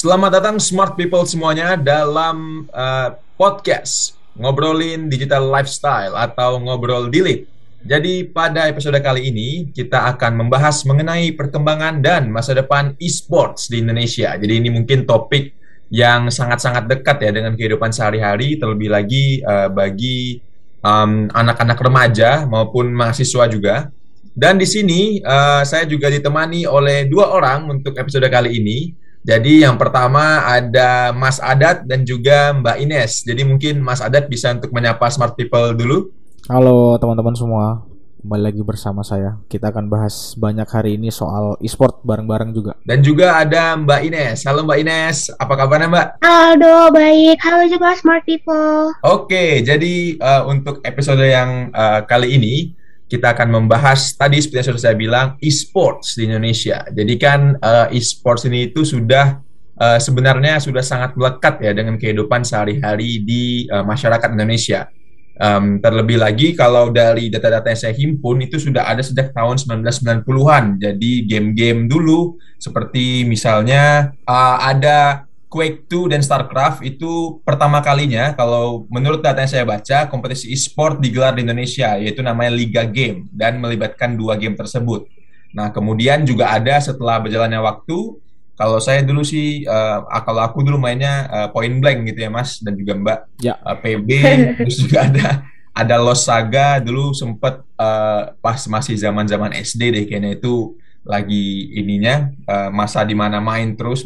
Selamat datang smart people semuanya dalam podcast Ngobrolin Digital Lifestyle atau Ngobrol Dilit. Jadi pada episode kali ini kita akan membahas mengenai perkembangan dan masa depan e-sports di Indonesia. Jadi ini mungkin topik yang sangat-sangat dekat ya dengan kehidupan sehari-hari, terlebih lagi bagi anak-anak remaja maupun mahasiswa juga. Dan di sini saya juga ditemani oleh dua orang untuk episode kali ini. Jadi yang pertama ada Mas Adat dan juga Mbak Ines. Jadi mungkin Mas Adat bisa untuk menyapa smart people dulu. Halo teman-teman semua, kembali lagi bersama saya. Kita akan bahas banyak hari ini soal e-sport bareng-bareng juga. Dan juga ada Mbak Ines. Halo Mbak Ines, apa kabarnya Mbak? Halo, baik. Halo juga smart people. Oke, jadi untuk episode yang kali ini kita akan membahas tadi seperti yang sudah saya bilang e-sports di Indonesia. Jadi kan e-sports ini itu sudah sebenarnya sudah sangat melekat ya dengan kehidupan sehari-hari di masyarakat Indonesia. Terlebih lagi kalau dari data-data yang saya himpun itu sudah ada sejak tahun 1990-an. Jadi game-game dulu seperti misalnya ada Quake 2 dan StarCraft itu pertama kalinya kalau menurut data yang saya baca kompetisi e-sport digelar di Indonesia yaitu namanya Liga Game dan melibatkan dua game tersebut. Nah kemudian juga ada setelah berjalannya waktu, kalau saya dulu sih kalau aku dulu mainnya Point Blank gitu ya Mas dan juga Mbak Ya. PB terus juga ada Lost Saga dulu sempet pas masih zaman-zaman SD deh kayaknya itu lagi ininya masa dimana main terus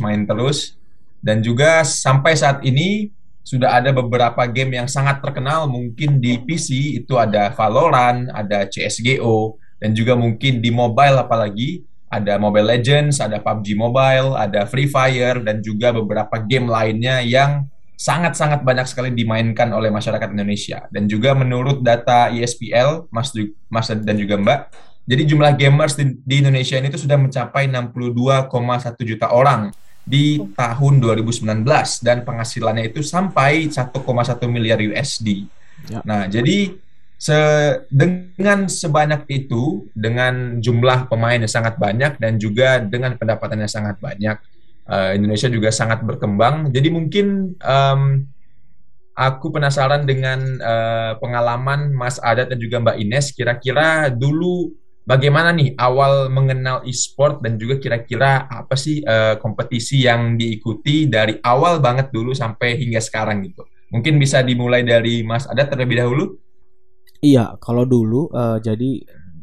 dan juga sampai saat ini sudah ada beberapa game yang sangat terkenal mungkin di PC itu ada Valorant, ada CSGO dan juga mungkin di mobile apalagi ada Mobile Legends, ada PUBG Mobile, ada Free Fire dan juga beberapa game lainnya yang sangat-sangat banyak sekali dimainkan oleh masyarakat Indonesia. Dan juga menurut data ISPL, Mas dan juga Mbak, jadi jumlah gamers di Indonesia ini itu sudah mencapai 62,1 juta orang di tahun 2019 dan penghasilannya itu sampai 1,1 miliar USD. Ya. Nah, jadi dengan sebanyak itu, dengan jumlah pemain yang sangat banyak dan juga dengan pendapatannya sangat banyak, Indonesia juga sangat berkembang. Jadi mungkin aku penasaran dengan pengalaman Mas Adat dan juga Mbak Ines. Kira-kira dulu bagaimana nih awal mengenal e-sport dan juga kira-kira apa sih kompetisi yang diikuti dari awal banget dulu sampai hingga sekarang gitu. Mungkin bisa dimulai dari Mas Adat terlebih dahulu. Iya, kalau dulu jadi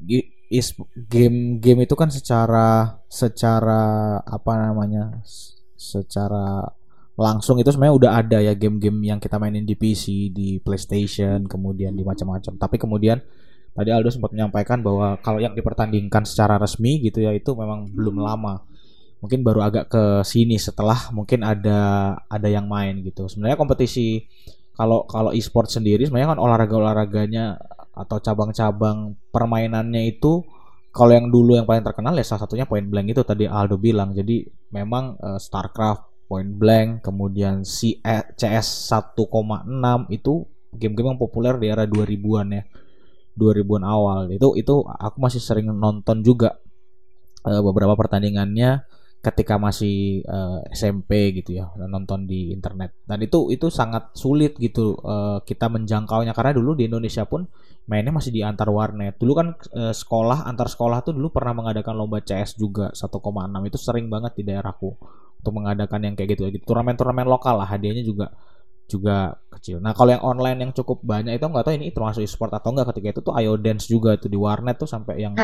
game itu kan secara apa namanya? Secara langsung itu sebenarnya udah ada ya game-game yang kita mainin di PC, di PlayStation, kemudian di macam-macam. Tapi kemudian tadi Aldo sempat menyampaikan bahwa kalau yang dipertandingkan secara resmi gitu ya itu memang belum lama. Mungkin baru agak ke sini setelah mungkin ada yang main gitu. Sebenarnya kompetisi kalau e-sport sendiri sebenarnya kan olahraganya atau cabang-cabang permainannya itu kalau yang dulu yang paling terkenal ya salah satunya Point Blank itu tadi Aldo bilang. Jadi memang StarCraft, Point Blank, kemudian CS 1,6 itu game-game yang populer di era 2000-an ya. 2000-an awal. Itu aku masih sering nonton juga beberapa pertandingannya ketika masih SMP gitu ya, nonton di internet. Dan itu sangat sulit gitu kita menjangkaunya karena dulu di Indonesia pun mainnya masih di antar warnet. Dulu kan antar sekolah tuh dulu pernah mengadakan lomba CS juga 1,6 itu sering banget di daerahku untuk mengadakan yang kayak gitu. Turnamen lokal lah, hadiahnya juga kecil. Nah kalau yang online yang cukup banyak itu nggak tahu ini termasuk e-sport atau enggak, ketika itu tuh Ayo Dance juga tuh di warnet tuh sampai yang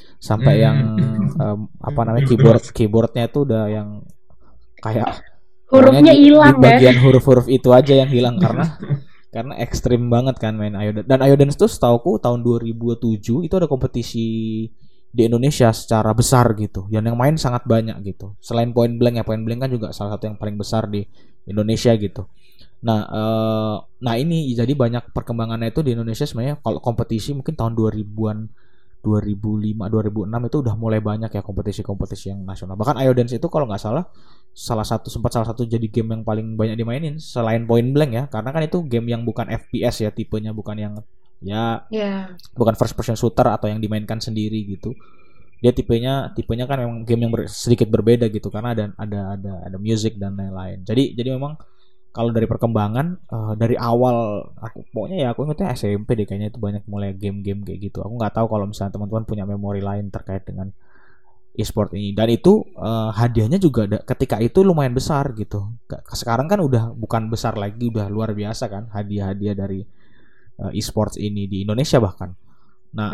apa namanya keyboardnya tuh udah yang kayak hurufnya hilang di bagian huruf-huruf itu aja yang hilang karena ekstrim banget kan main Ayo Dance. Dan Ayo Dance tuh setauku tahun 2007 itu ada kompetisi di Indonesia secara besar gitu. Yang main sangat banyak gitu. Selain Point Blank ya, Point Blank kan juga salah satu yang paling besar di Indonesia gitu. Nah ini jadi banyak perkembangannya itu di Indonesia sebenarnya. Kalau kompetisi mungkin tahun 2000-an 2005, 2006 itu udah mulai banyak ya kompetisi-kompetisi yang nasional. Bahkan Ayo Dance itu kalau nggak salah salah satu jadi game yang paling banyak dimainin selain Point Blank ya, karena kan itu game yang bukan FPS ya, tipenya bukan yang bukan first person shooter atau yang dimainkan sendiri gitu. Dia tipenya kan memang game yang sedikit berbeda gitu karena ada music dan lain-lain. Jadi memang kalau dari perkembangan dari awal aku ingatnya SMP deh kayaknya itu banyak mulai game-game kayak gitu. Aku nggak tahu kalau misalnya teman-teman punya memori lain terkait dengan e-sport ini, dan itu hadiahnya juga ketika itu lumayan besar gitu. Sekarang kan udah bukan besar lagi, udah luar biasa kan hadiah-hadiah dari e-sports ini di Indonesia bahkan. Nah,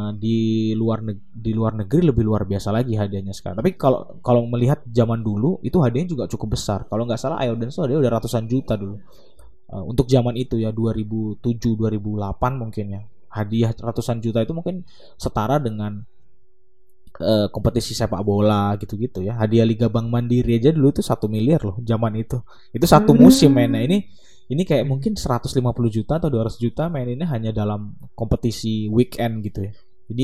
di luar negeri lebih luar biasa lagi hadiahnya sekarang. Tapi kalau melihat zaman dulu itu hadiahnya juga cukup besar. Kalau nggak salah Iodance itu hadiahnya udah ratusan juta dulu. Untuk zaman itu ya 2007 2008 mungkin ya. Hadiah ratusan juta itu mungkin setara dengan kompetisi sepak bola gitu-gitu ya. Hadiah Liga Bank Mandiri aja dulu tuh 1 miliar loh zaman itu. Itu satu musim mainnya. Ini kayak mungkin 150 juta atau 200 juta maininnya hanya dalam kompetisi weekend gitu ya.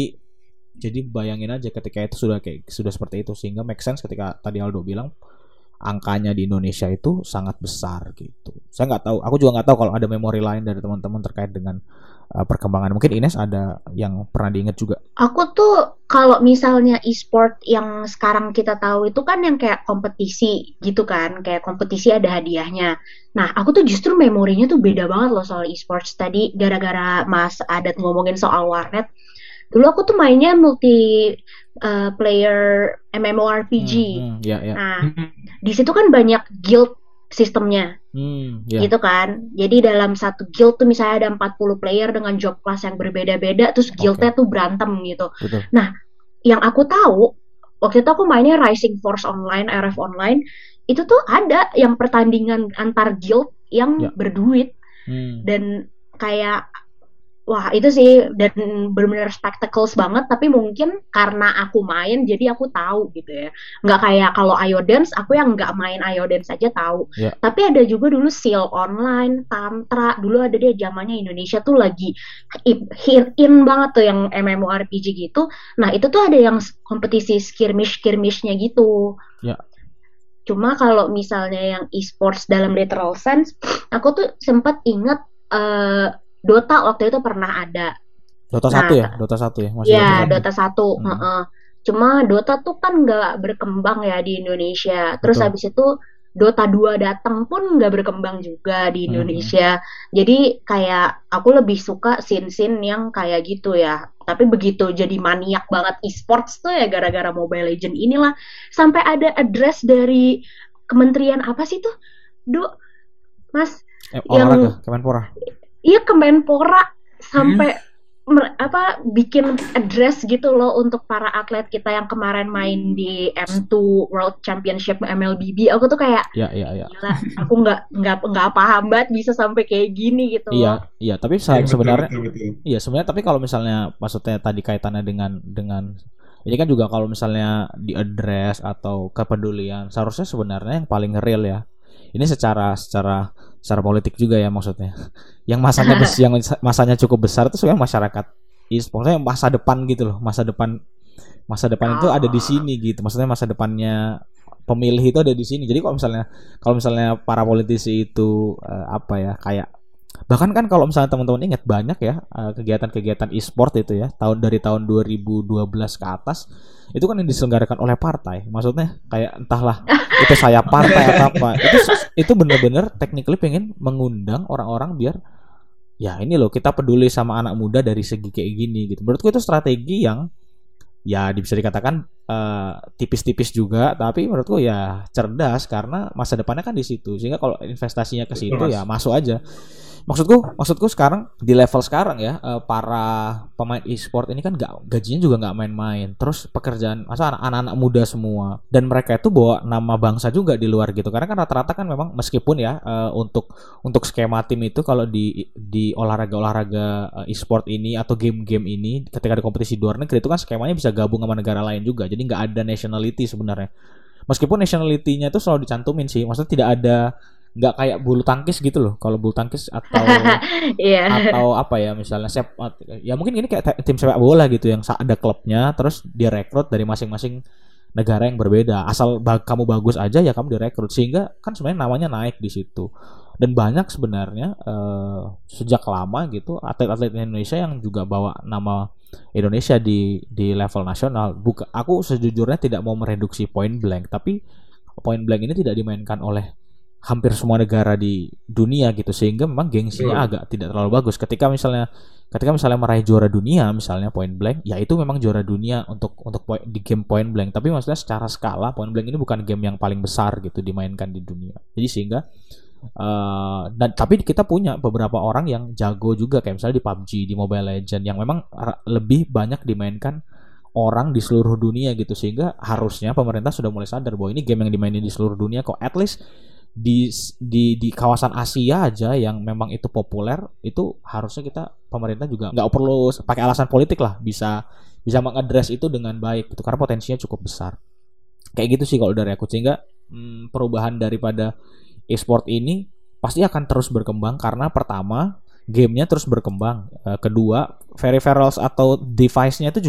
Jadi bayangin aja ketika itu sudah seperti itu, sehingga make sense ketika tadi Aldo bilang angkanya di Indonesia itu sangat besar gitu. Aku juga nggak tahu kalau ada memori lain dari teman-teman terkait dengan perkembangan. Mungkin Ines ada yang pernah diingat juga. Aku tuh kalau misalnya e-sport yang sekarang kita tahu itu kan yang kayak kompetisi gitu kan, kayak kompetisi ada hadiahnya. Nah, aku tuh justru memorinya tuh beda banget loh soal e-sports tadi, gara-gara Mas Adat ngomongin soal warnet. Dulu aku tuh mainnya multi player MMORPG. Ya. Nah, di situ kan banyak guild sistemnya. Gitu kan. Jadi dalam satu guild tuh misalnya ada 40 player dengan job class yang berbeda-beda, terus guildnya tuh berantem gitu. Betul. Nah, yang aku tahu waktu itu aku mainnya Rising Force Online, RF Online, itu tuh ada yang pertandingan antar guild yang berduit. Dan kayak wah itu sih, dan benar-benar spectacles banget, tapi mungkin karena aku main jadi aku tahu gitu ya. Nggak kayak kalau Iodance, aku yang nggak main Iodance aja tahu. Tapi ada juga dulu Seal Online, Tantra, dulu ada dia zamannya Indonesia tuh lagi in banget tuh yang MMORPG gitu. Nah itu tuh ada yang kompetisi skirmish-skirmishnya gitu. Cuma kalau misalnya yang e-sports dalam literal sense, aku tuh sempat ingat Dota waktu itu pernah ada. Dota 1 ya? Dota 1 ya? Iya, Dota 1. Cuma Dota tuh kan nggak berkembang ya di Indonesia. Terus habis itu Dota 2 datang pun nggak berkembang juga di Indonesia. Jadi kayak aku lebih suka scene-scene yang kayak gitu ya. Tapi begitu jadi maniak banget e-sports tuh ya gara-gara Mobile Legends inilah. Sampai ada address dari kementerian apa sih tuh? Mas? Olahraga, Kemenpora. Iya, Kemenpora sampai bikin address gitu loh untuk para atlet kita yang kemarin main di M2 World Championship MLBB. Aku tuh kayak gila, aku nggak paham banget bisa sampai kayak gini gitu loh. Iya, tapi sebenarnya iya sebenarnya, tapi kalau misalnya maksudnya tadi kaitannya dengan ini kan juga kalau misalnya di address atau kepedulian, seharusnya sebenarnya yang paling real ya. Ini secara politik juga ya maksudnya. Yang masanya cukup besar itu sebenarnya masyarakat e-sport, yang masa depan gitu loh. Masa depan itu ada di sini gitu. Maksudnya masa depannya pemilih itu ada di sini. Jadi kalau misalnya para politisi itu kayak bahkan kan kalau misalnya teman-teman ingat banyak ya kegiatan-kegiatan e-sport itu ya dari tahun 2012 ke atas itu kan yang diselenggarakan oleh partai. Maksudnya kayak entahlah itu saya partai atau apa. Itu benar-benar technically pengen mengundang orang-orang biar ya ini loh kita peduli sama anak muda dari segi kayak gini gitu. Menurutku itu strategi yang ya bisa dikatakan tipis-tipis juga, tapi menurutku ya cerdas karena masa depannya kan di situ. Sehingga kalau investasinya ke situ ya masuk aja. Maksudku sekarang di level sekarang ya para pemain e-sport ini kan gajinya juga nggak main-main. Terus pekerjaan masa anak-anak muda semua, dan mereka itu bawa nama bangsa juga di luar gitu. Karena kan rata-rata kan memang meskipun ya untuk skema tim itu kalau di olahraga e-sport ini atau game-game ini ketika ada kompetisi di luar negeri itu kan skemanya bisa gabung sama negara lain juga. Jadi nggak ada nationality sebenarnya. Meskipun nationality-nya itu selalu dicantumin sih. Maksudnya tidak ada, nggak kayak bulu tangkis gitu loh. Kalau bulu tangkis atau atau apa ya misalnya ya mungkin ini kayak tim sepak bola gitu yang ada klubnya, terus dia rekrut dari masing-masing negara yang berbeda. Asal kamu bagus aja ya kamu direkrut, sehingga kan sebenarnya namanya naik di situ. Dan banyak sebenarnya sejak lama gitu atlet-atlet Indonesia yang juga bawa nama Indonesia di level nasional. Aku sejujurnya tidak mau mereduksi Point Blank, tapi Point Blank ini tidak dimainkan oleh hampir semua negara di dunia gitu, sehingga memang gengsinya agak tidak terlalu bagus. Ketika misalnya meraih juara dunia misalnya Point Blank, ya itu memang juara dunia untuk di game Point Blank, tapi maksudnya secara skala Point Blank ini bukan game yang paling besar gitu dimainkan di dunia. Jadi sehingga dan tapi kita punya beberapa orang yang jago juga, kayak misalnya di PUBG, di Mobile Legends, yang memang lebih banyak dimainkan orang di seluruh dunia gitu, sehingga harusnya pemerintah sudah mulai sadar bahwa ini game yang dimainin di seluruh dunia kok. At least di kawasan Asia aja yang memang itu populer, itu harusnya pemerintah juga nggak perlu pakai alasan politik lah, bisa mengadres itu dengan baik gitu, karena potensinya cukup besar. Kayak gitu sih kalau dari aku. Sehingga perubahan daripada e-sport ini pasti akan terus berkembang, karena pertama gamenya terus berkembang, kedua peripherals atau device-nya itu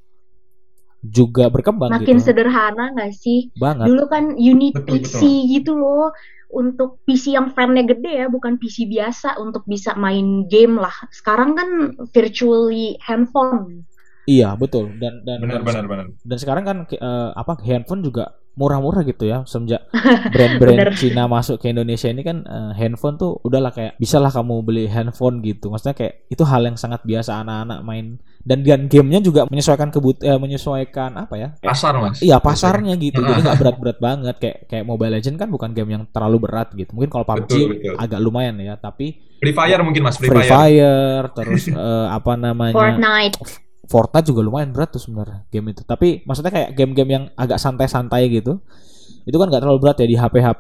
juga berkembang. Makin gitu. Sederhana nggak sih? Banget. Dulu kan unit PC gitu loh, untuk PC yang fan-nya gede ya, bukan PC biasa untuk bisa main game lah. Sekarang kan virtually handphone. Iya betul, dan benar. Dan sekarang kan handphone juga murah-murah gitu ya, semenjak brand-brand Cina masuk ke Indonesia ini kan, handphone tuh udahlah kayak bisalah kamu beli handphone gitu. Maksudnya kayak itu hal yang sangat biasa anak-anak main, dan gamenya juga menyesuaikan menyesuaikan apa ya? Pasar Mas. Iya pasarnya gitu, jadi nggak berat-berat banget kayak Mobile Legends kan bukan game yang terlalu berat gitu. Mungkin kalau PUBG betul. Agak lumayan ya, tapi Free Fire mungkin Mas, Free Fire terus apa namanya? Fortnite juga lumayan berat tuh sebenarnya game itu. Tapi maksudnya kayak game-game yang agak santai-santai gitu, itu kan nggak terlalu berat ya di HP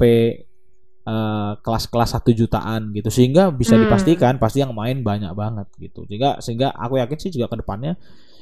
kelas-kelas 1 jutaan gitu, sehingga bisa dipastikan pasti yang main banyak banget gitu. Sehingga aku yakin sih juga ke depannya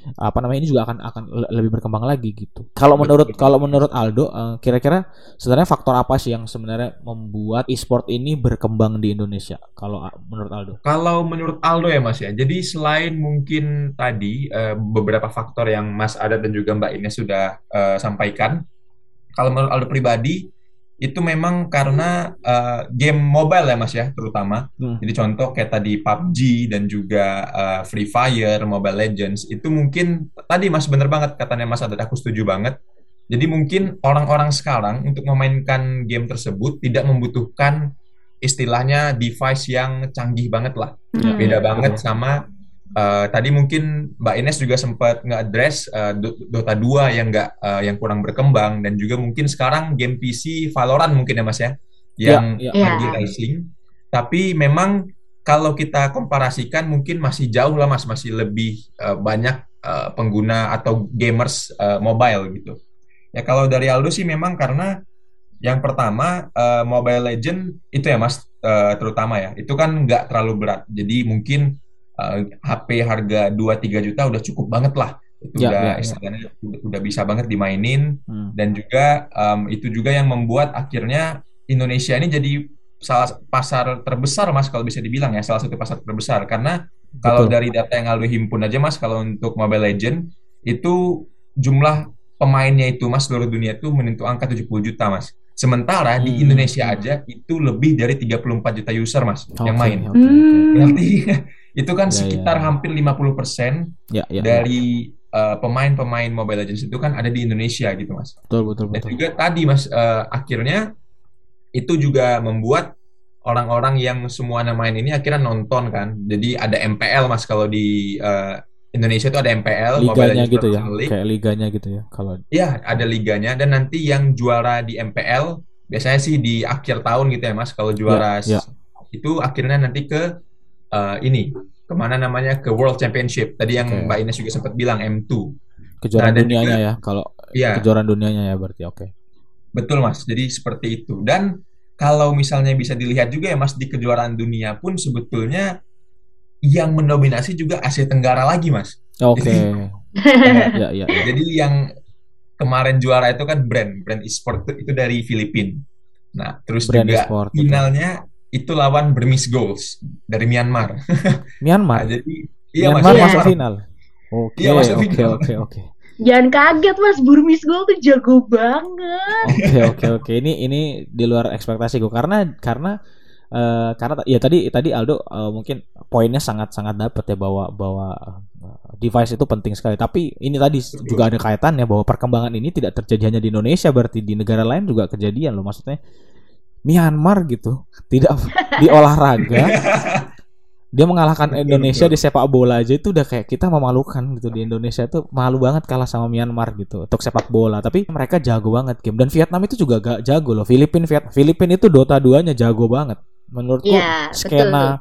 ini juga akan lebih berkembang lagi gitu. Kalau menurut Aldo, kira-kira sebenarnya faktor apa sih yang sebenarnya membuat e-sport ini berkembang di Indonesia? Kalau menurut Aldo? Kalau menurut Aldo ya Mas ya. Jadi selain mungkin tadi beberapa faktor yang Mas Adat dan juga Mbak Ines sudah sampaikan, kalau menurut Aldo pribadi itu memang karena game mobile ya Mas ya, terutama. Jadi contoh kayak tadi PUBG dan juga Free Fire, Mobile Legends, itu mungkin tadi Mas bener banget katanya Mas Adat, aku setuju banget. Jadi mungkin orang-orang sekarang untuk memainkan game tersebut tidak membutuhkan istilahnya device yang canggih banget lah. Beda banget sama tadi mungkin Mbak Ines juga sempat nge-address Dota 2 yang kurang berkembang, dan juga mungkin sekarang game PC Valorant mungkin ya Mas ya, yang lagi rising. Tapi memang kalau kita komparasikan mungkin masih jauh lah Mas, masih lebih banyak pengguna atau gamers mobile gitu. Ya kalau dari Aldo sih memang karena yang pertama Mobile Legend itu ya Mas, terutama ya, itu kan nggak terlalu berat. Jadi mungkin HP harga 2-3 juta udah cukup banget lah. Itu istilahnya udah bisa banget dimainin. Dan juga itu juga yang membuat akhirnya Indonesia ini jadi salah pasar terbesar Mas, kalau bisa dibilang ya, salah satu pasar terbesar. Karena kalau dari data yang Aldo himpun aja Mas, kalau untuk Mobile Legend itu jumlah pemainnya itu Mas seluruh dunia itu menyentuh angka 70 juta Mas. Sementara di Indonesia aja itu lebih dari 34 juta user Mas yang main. Berarti itu kan sekitar hampir 50% dari pemain-pemain Mobile Legends itu kan ada di Indonesia gitu Mas. Betul. Dan juga tadi Mas, akhirnya itu juga membuat orang-orang yang semua main ini akhirnya nonton kan. Jadi ada MPL Mas, kalau di Indonesia itu ada MPL, liganya gitu ya, kayak liganya gitu ya. Kalau ya ada liganya, dan nanti yang juara di MPL biasanya sih di akhir tahun gitu ya Mas. Kalau juara itu akhirnya nanti ke kemana namanya, ke World Championship. Tadi yang Mbak Ines juga sempat bilang M2. Kejuaraan dunianya juga, ya. Kalau kejuaraan dunianya ya berarti Betul Mas. Jadi seperti itu. Dan kalau misalnya bisa dilihat juga ya Mas, di kejuaraan dunia pun sebetulnya yang mendominasi juga Asia Tenggara lagi Mas. Jadi yang kemarin juara itu kan brand e-sport itu dari Filipina. Nah, terus brand juga e-sport, finalnya itu lawan Burmese Goals dari Myanmar. Nah, jadi Myanmar masuk final. Oke. Jangan kaget Mas, Burmese Goals tuh jago banget. Oke. Ini di luar ekspektasiku, karena Karena ya tadi Aldo mungkin poinnya sangat-sangat dapat ya bahwa device itu penting sekali. Tapi ini tadi juga ada kaitannya bahwa perkembangan ini tidak terjadi hanya di Indonesia, berarti di negara lain juga kejadian loh. Maksudnya Myanmar gitu tidak di olahraga dia mengalahkan Indonesia di sepak bola aja itu udah kayak kita memalukan gitu. Di Indonesia tuh malu banget kalah sama Myanmar gitu untuk sepak bola. Tapi mereka jago banget game. Dan Vietnam itu juga gak jago loh. Filipina itu Dota 2-nya jago banget. Menurutku skena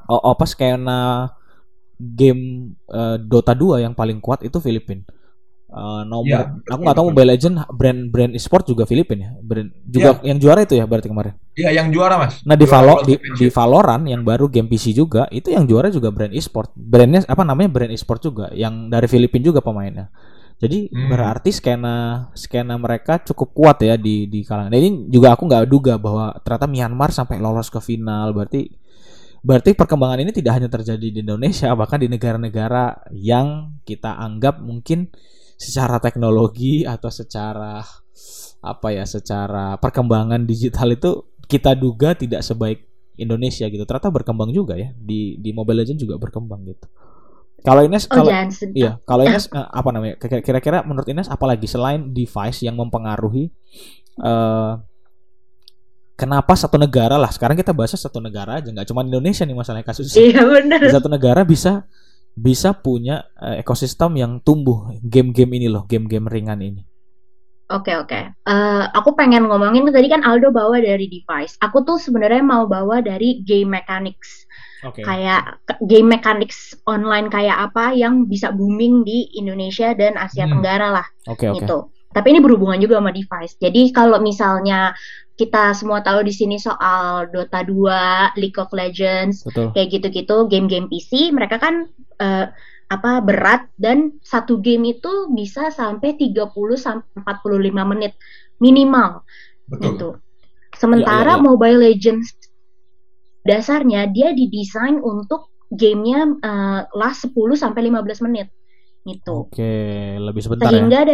game Dota 2 yang paling kuat itu Filipina. Aku nggak tahu Mobile Legend brand e-sport juga Filipina ya. Brand juga yang juara itu ya berarti kemarin. Iya, yang juara Mas. Nah, di Valorant yang baru game PC juga, itu yang juara juga brand e-sport. Brandnya apa namanya? Brand e-sport juga yang dari Filipina juga pemainnya. Jadi berarti skena mereka cukup kuat ya di kalangan. Nah, ini juga aku nggak duga bahwa ternyata Myanmar sampai lolos ke final. Berarti perkembangan ini tidak hanya terjadi di Indonesia, bahkan di negara-negara yang kita anggap mungkin secara teknologi atau secara perkembangan digital itu kita duga tidak sebaik Indonesia gitu. Ternyata berkembang juga ya di Mobile Legends juga berkembang gitu. Kalau Ines apa namanya? Kira-kira menurut Ines apalagi selain device yang mempengaruhi kenapa satu negara lah, sekarang kita bahas satu negara aja, nggak cuma Indonesia nih masalahnya kasusnya. Iya benar. Satu negara bisa punya ekosistem yang tumbuh game-game ini loh, game-game ringan ini. Oke. Aku pengen ngomongin tadi kan Aldo bawa dari device. Aku tuh sebenarnya mau bawa dari game mechanics. Kayak game mechanics online kayak apa yang bisa booming di Indonesia dan Asia Tenggara lah. Gitu. Tapi ini berhubungan juga sama device. Jadi kalau misalnya kita semua tahu di sini soal Dota 2, League of Legends, kayak gitu-gitu, game-game PC, mereka kan berat dan satu game itu bisa sampai 30 sampai 45 menit minimal. Gitu. Sementara Mobile Legends dasarnya dia didesain untuk gamenya last 10 sampai 15 menit. Gitu. Lebih sebentar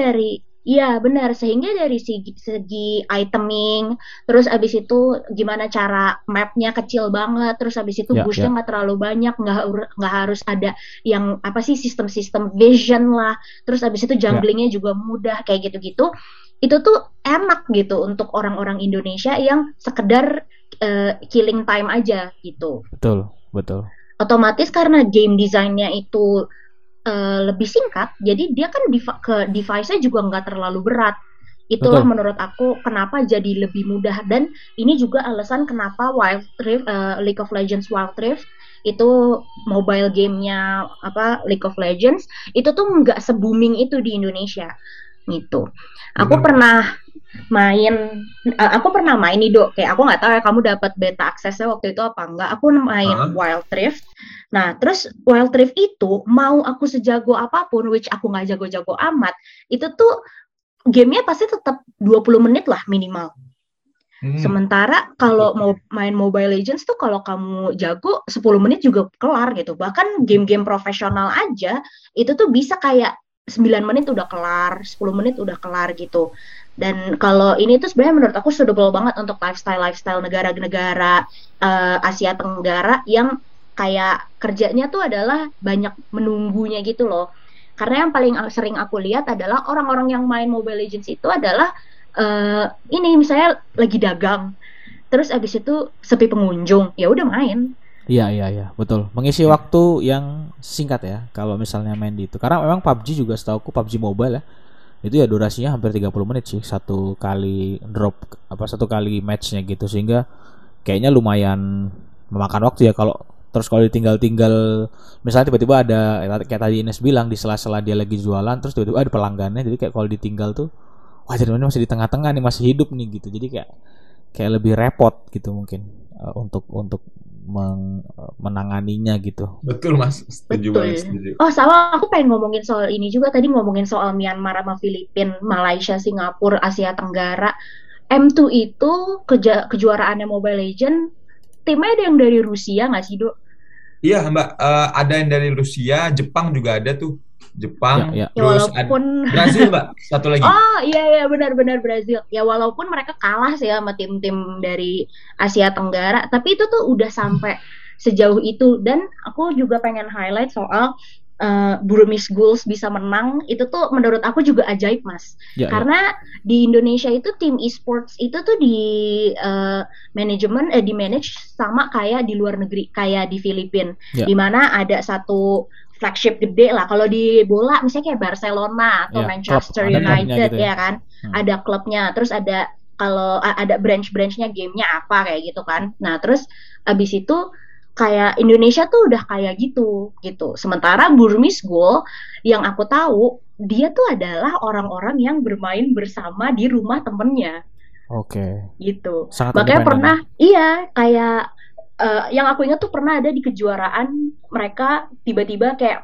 sehingga dari segi iteming, terus abis itu gimana cara mapnya kecil banget, terus abis itu bushnya nggak terlalu banyak, nggak harus ada yang sistem vision lah, terus abis itu junglingnya juga mudah kayak gitu-gitu. Itu tuh enak gitu untuk orang-orang Indonesia yang sekedar killing time aja gitu. Betul. Otomatis karena game desainnya itu lebih singkat, jadi dia kan device-nya juga nggak terlalu berat. Itulah menurut aku kenapa jadi lebih mudah, dan ini juga alasan kenapa Wild Rift, League of Legends Wild Rift itu mobile gamenya League of Legends itu tuh nggak se-booming itu di Indonesia gitu. Aku pernah main nih Dok, kayak aku nggak tahu ya kamu dapat beta aksesnya waktu itu apa enggak. Aku main Wild Rift. Nah terus Wild Rift itu mau aku sejago apapun, which aku nggak jago-jago amat, itu tuh gamenya pasti tetap 20 menit lah minimal. Sementara kalau mau main Mobile Legends tuh kalau kamu jago 10 menit juga kelar gitu. Bahkan game-game profesional aja itu tuh bisa kayak 9 menit udah kelar, 10 menit udah kelar gitu. Dan kalau ini tuh sebenarnya menurut aku suitable banget untuk lifestyle negara-negara Asia Tenggara yang kayak kerjanya tuh adalah banyak menunggunya gitu loh. Karena yang paling sering aku lihat adalah orang-orang yang main Mobile Legends itu adalah ini misalnya lagi dagang, terus abis itu sepi pengunjung, ya udah main. Iya, betul. Mengisi waktu yang singkat ya kalau misalnya main di itu. Karena memang PUBG juga setauku, PUBG Mobile ya, itu ya durasinya hampir 30 menit sih satu kali satu kali matchnya gitu, sehingga kayaknya lumayan memakan waktu ya kalau ditinggal misalnya tiba-tiba ada kayak tadi Ines bilang di sela-sela dia lagi jualan terus tiba-tiba ada pelanggannya, jadi kayak kalau ditinggal tuh wah jadi masih di tengah-tengah nih, masih hidup nih gitu, jadi kayak lebih repot gitu mungkin untuk menanganinya gitu. Betul Mas, setuju banget. Oh sama, aku pengen ngomongin soal ini juga, tadi ngomongin soal Myanmar sama Filipina, Malaysia, Singapura, Asia Tenggara. M2 itu kejuaraannya Mobile Legends, timnya ada yang dari Rusia nggak sih Dok? Iya Mbak, ada yang dari Rusia, Jepang juga ada tuh. Jepang, Ya, ya. terus walaupun Brazil, Mbak, satu lagi. oh iya benar-benar Brazil. Ya walaupun mereka kalah sih sama tim-tim dari Asia Tenggara, tapi itu tuh udah sampai sejauh itu. Dan aku juga pengen highlight soal Burmese Bulls bisa menang. Itu tuh menurut aku juga ajaib, Mas. Ya, Karena di Indonesia itu tim e-sports itu tuh di manajemen di manage sama kayak di luar negeri, kayak di Filipina, Ya. di mana ada satu flagship gede lah. Kalau di bola misalnya kayak Barcelona atau Ya, Manchester klub, ada klubnya United gitu ya. ya kan, ada klubnya, terus ada kalau ada branch-branchnya gamenya apa kayak gitu kan. Nah terus abis itu kayak Indonesia tuh udah kayak gitu. Sementara Burmese Goal yang aku tahu dia tuh adalah orang-orang yang bermain bersama di rumah temennya Oke. gitu. Sangat Makanya independen pernah ya. iya kayak yang aku ingat tuh pernah ada di kejuaraan mereka tiba-tiba kayak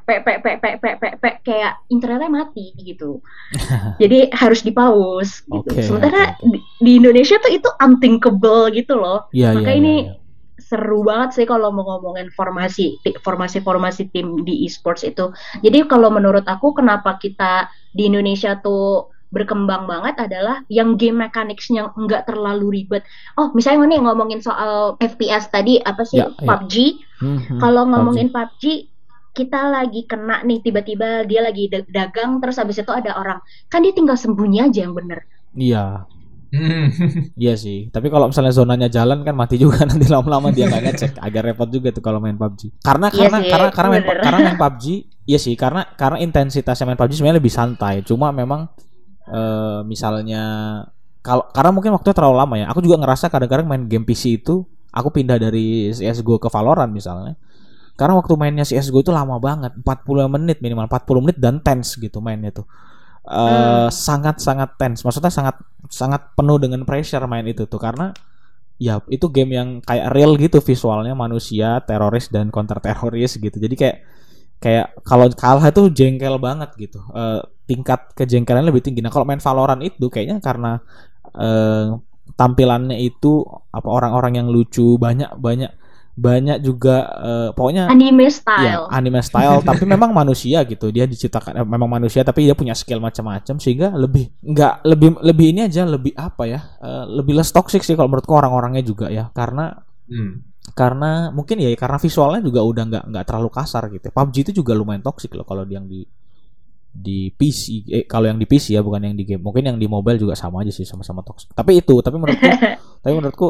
kayak internetnya mati gitu. Jadi harus di-pause gitu. Oke, Sementara oke. di Indonesia tuh itu unthinkable gitu loh. Iya, Maka iya, ini iya. seru banget sih kalau mau ngomongin formasi tim di e-sports itu. Jadi kalau menurut aku kenapa kita di Indonesia tuh berkembang banget adalah yang game mechanics-nya nggak terlalu ribet. Oh, misalnya nih ngomongin soal FPS tadi apa sih Ya, ya. PUBG. Kalau ngomongin PUBG kita lagi kena nih tiba-tiba dia lagi dagang terus habis itu ada orang. Kan dia tinggal sembunyi aja yang bener. Iya. Iya sih. Tapi kalau misalnya zonanya jalan kan mati juga nanti lama-lama dia nggak ngecek. Agak repot juga tuh kalau main PUBG. Karena main PUBG, iya sih. Karena intensitasnya main PUBG sebenarnya lebih santai. Cuma memang misalnya karena mungkin waktunya terlalu lama ya. Aku juga ngerasa kadang-kadang main game PC itu aku pindah dari CS:GO ke Valorant misalnya. Karena waktu mainnya CS:GO itu lama banget, 40 menit minimal, 40 menit dan tense gitu mainnya tuh. Sangat-sangat tense. Maksudnya sangat penuh dengan pressure main itu tuh karena ya itu game yang kayak real gitu visualnya, manusia, teroris dan counter teroris gitu. Jadi kayak kalau kalah tuh jengkel banget gitu. Tingkat kejengkelannya lebih tinggi. Nah, kalau main Valorant itu kayaknya karena tampilannya itu apa orang-orang yang lucu, banyak juga pokoknya anime style. Ya, anime style tapi memang manusia gitu. Dia diciptakan memang manusia tapi dia punya skill macam-macam sehingga lebih ini aja lebih apa ya? Lebih less toxic sih kalau menurutku orang-orangnya juga ya. Karena mungkin ya karena visualnya juga udah nggak terlalu kasar gitu. PUBG itu juga lumayan toxic loh kalau yang di PC kalau yang di PC ya bukan yang di game. Mungkin yang di mobile juga sama aja sih sama-sama toxic. Tapi menurutku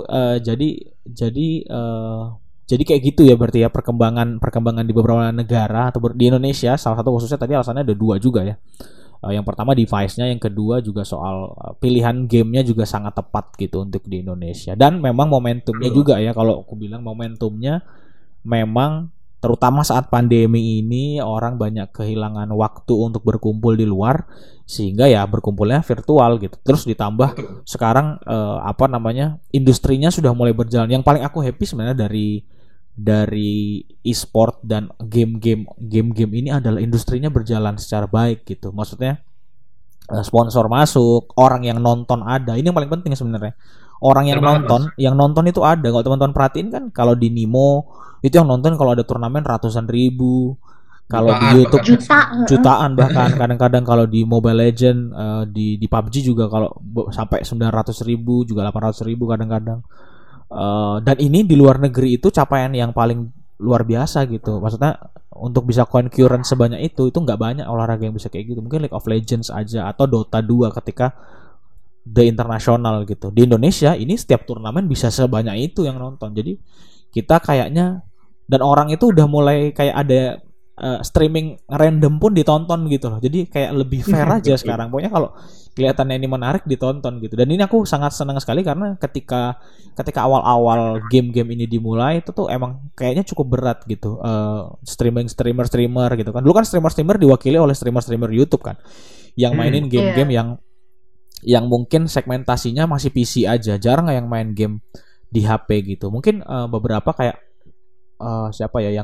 jadi kayak gitu ya berarti ya perkembangan di beberapa negara atau di Indonesia salah satu khususnya tadi alasannya ada 2 juga ya. Yang pertama device-nya, yang kedua juga soal pilihan gamenya juga sangat tepat gitu untuk di Indonesia. Dan memang momentumnya juga ya, kalau aku bilang momentumnya memang terutama saat pandemi ini orang banyak kehilangan waktu untuk berkumpul di luar sehingga ya berkumpulnya virtual gitu. Terus ditambah sekarang industrinya sudah mulai berjalan. Yang paling aku happy sebenarnya dari e-sport dan game-game ini adalah industrinya berjalan secara baik gitu. Maksudnya sponsor masuk, orang yang nonton ada. Ini yang paling penting sebenarnya. Orang yang nonton itu ada. Kalau teman-teman perhatiin kan kalau di Nimo itu yang nonton kalau ada turnamen ratusan ribu. Kalau di YouTube jutaan bahkan kadang-kadang kalau di Mobile Legend di PUBG juga kalau sampai 900.000 juga 800.000 kadang-kadang. Dan ini di luar negeri itu capaian yang paling luar biasa gitu. Maksudnya untuk bisa concurrent sebanyak itu nggak banyak olahraga yang bisa kayak gitu. Mungkin League of Legends aja atau Dota 2 ketika The International gitu. Di Indonesia ini setiap turnamen bisa sebanyak itu yang nonton. Jadi kita kayaknya dan orang itu udah mulai kayak ada streaming random pun ditonton gitu loh. Jadi kayak lebih fair aja sekarang. Pokoknya kalau kelihatannya ini menarik ditonton gitu. Dan ini aku sangat senang sekali karena ketika awal-awal game-game ini dimulai itu tuh emang kayaknya cukup berat gitu. Streamer gitu kan. Dulu kan streamer diwakili oleh streamer YouTube kan. Yang mainin game-game yang mungkin segmentasinya masih PC aja. Jarang yang main game di HP gitu. Mungkin beberapa kayak siapa ya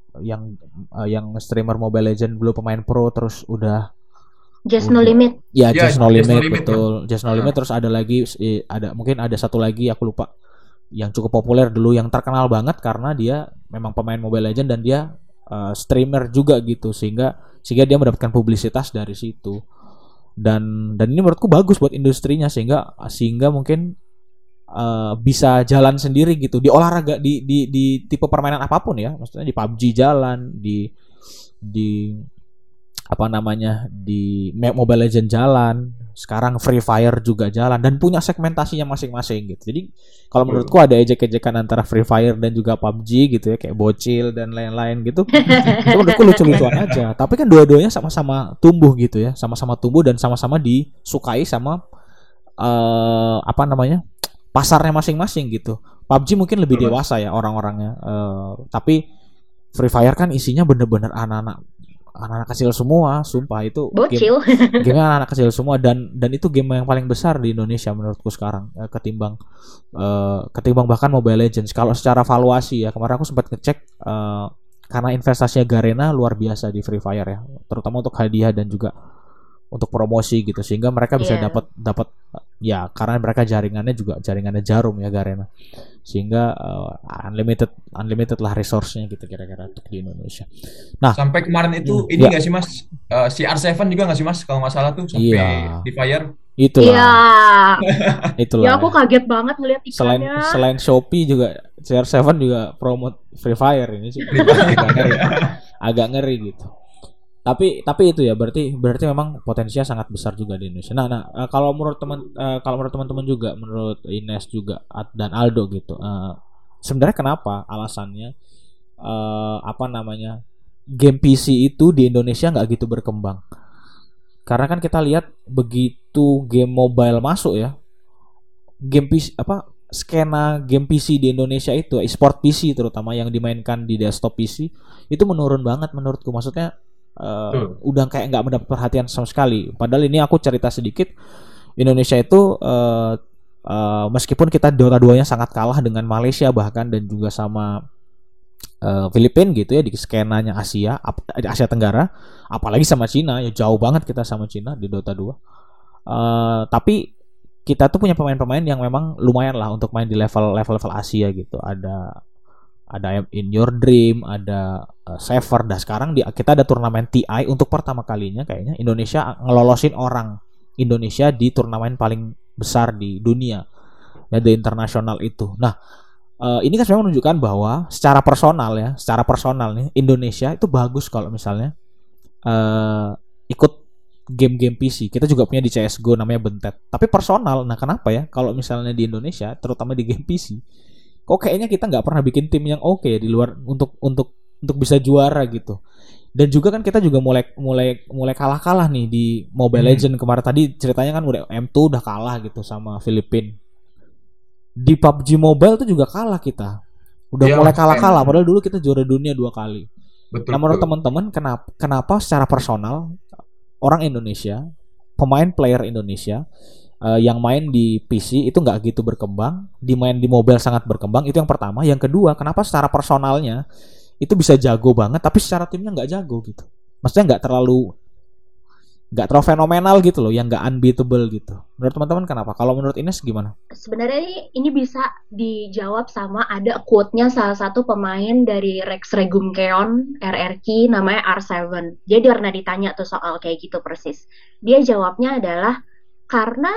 yang streamer Mobile Legend belum pemain pro terus udah Just No Limit. Ya, Just No Limit betul. Just No Limit terus ada lagi mungkin ada satu lagi aku lupa yang cukup populer dulu yang terkenal banget karena dia memang pemain Mobile Legend dan dia streamer juga gitu sehingga sehingga dia mendapatkan publisitas dari situ. Dan ini menurutku bagus buat industrinya, sehingga mungkin bisa jalan sendiri gitu di olahraga, di tipe permainan apapun ya, maksudnya di PUBG jalan, di apa namanya, di Mobile Legends jalan, sekarang Free Fire juga jalan, dan punya segmentasinya masing-masing gitu. Jadi kalau menurutku ada ejek-ejekan antara Free Fire dan juga PUBG gitu ya, kayak bocil dan lain-lain gitu. Itu menurutku lucu-lucuan aja. Tapi kan dua-duanya sama-sama tumbuh gitu ya, sama-sama tumbuh dan sama-sama disukai sama apa namanya, pasarnya masing-masing gitu. PUBG mungkin lebih dewasa ya orang-orangnya, tapi Free Fire kan isinya bener-bener anak-anak kecil semua, sumpah itu bocil. Game anak-anak kecil semua, dan itu game yang paling besar di Indonesia menurutku sekarang, ketimbang bahkan Mobile Legends. Kalau secara valuasi ya, kemarin aku sempat ngecek, karena investasinya Garena luar biasa di Free Fire ya, terutama untuk hadiah dan juga untuk promosi gitu, sehingga mereka bisa dapat ya, karena mereka jaringannya jarum ya Garena, sehingga unlimited lah resource-nya gitu kira-kira untuk di Indonesia. Nah, sampai kemarin itu ini nggak sih Mas, CR7 juga nggak sih Mas kalau nggak salah tuh sampai di Fire. Itulah. Ya aku kaget banget ngeliat iklannya. Selain Shopee juga CR7 juga promote Free Fire ini sih. Agak ngeri gitu. Tapi itu ya, berarti memang potensinya sangat besar juga di Indonesia. Nah, kalau menurut teman-teman juga, menurut Ines juga dan Aldo gitu, sebenarnya kenapa alasannya apa namanya, game PC itu di Indonesia nggak gitu berkembang? Karena kan kita lihat begitu game mobile masuk ya, game PC skena game PC di Indonesia itu, e-sport PC terutama yang dimainkan di desktop PC itu menurun banget menurutku. Maksudnya udah kayak nggak mendapat perhatian sama sekali. Padahal ini aku cerita sedikit, Indonesia itu meskipun kita Dota 2-nya sangat kalah dengan Malaysia bahkan, dan juga sama Filipina gitu ya di skenanya Asia Tenggara, apalagi sama Cina ya, jauh banget kita sama Cina di Dota 2. Tapi kita tuh punya pemain-pemain yang memang lumayan lah untuk main di level Asia gitu. Ada In Your Dream, ada Saver. Dan sekarang kita ada turnamen TI untuk pertama kalinya kayaknya Indonesia ngelolosin orang Indonesia di turnamen paling besar di dunia ya, the internasional itu. Nah, ini kan sebenarnya menunjukkan bahwa secara personal nih Indonesia itu bagus kalau misalnya ikut game-game PC. Kita juga punya di CS:GO namanya Bentet. Tapi personal, nah kenapa ya kalau misalnya di Indonesia terutama di game PC kok kayaknya kita nggak pernah bikin tim yang oke ya di luar untuk bisa juara gitu. Dan juga kan kita juga mulai kalah nih di Mobile Legends kemarin. Tadi ceritanya kan udah M2 udah kalah gitu sama Filipina. Di PUBG Mobile tuh juga kalah kita. Udah mulai kalah padahal dulu kita juara dunia 2 kali. Betul. Nah, menurut teman-teman kenapa secara personal orang Indonesia, player Indonesia yang main di PC itu nggak gitu berkembang, main di mobile sangat berkembang? Itu yang pertama. Yang kedua, kenapa secara personalnya itu bisa jago banget, tapi secara timnya nggak jago gitu? Maksudnya nggak terlalu fenomenal gitu loh, yang nggak unbeatable gitu. Menurut teman-teman kenapa? Kalau menurut Ines gimana? Sebenarnya ini bisa dijawab sama ada quote-nya salah satu pemain dari Rex Regum Keon RRQ namanya R7. Dia pernah ditanya tuh soal kayak gitu persis. Dia jawabnya adalah karena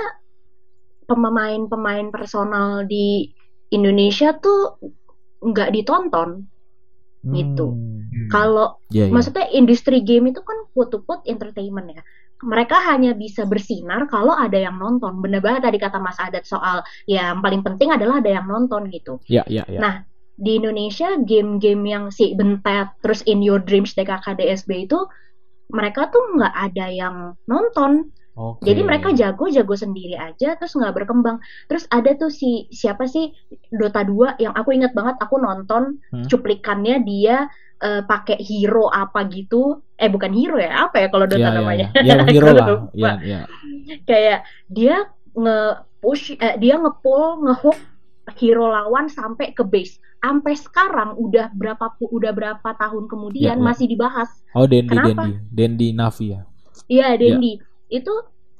pemain personal di Indonesia tuh nggak ditonton gitu. Kalau maksudnya industri game itu kan quote-to-quote entertainment ya. Mereka hanya bisa bersinar kalau ada yang nonton. Bener banget tadi kata Mas Adat soal yang paling penting adalah ada yang nonton gitu. Nah, di Indonesia game-game yang si Bentet, terus In Your Dreams, DKKDSB itu mereka tuh nggak ada yang nonton. Jadi mereka jago sendiri aja, terus nggak berkembang. Terus ada tuh siapa sih Dota 2 yang aku ingat banget, aku nonton cuplikannya dia pakai hero apa gitu, bukan hero ya, apa ya kalau Dota namanya? Ya hero lah. Kayak dia nge-push, dia nge-pull, nge-hook hero lawan sampai ke base. Sampai sekarang udah berapa tahun kemudian masih dibahas. Dendi Navi ya. Iya, Dendi. Itu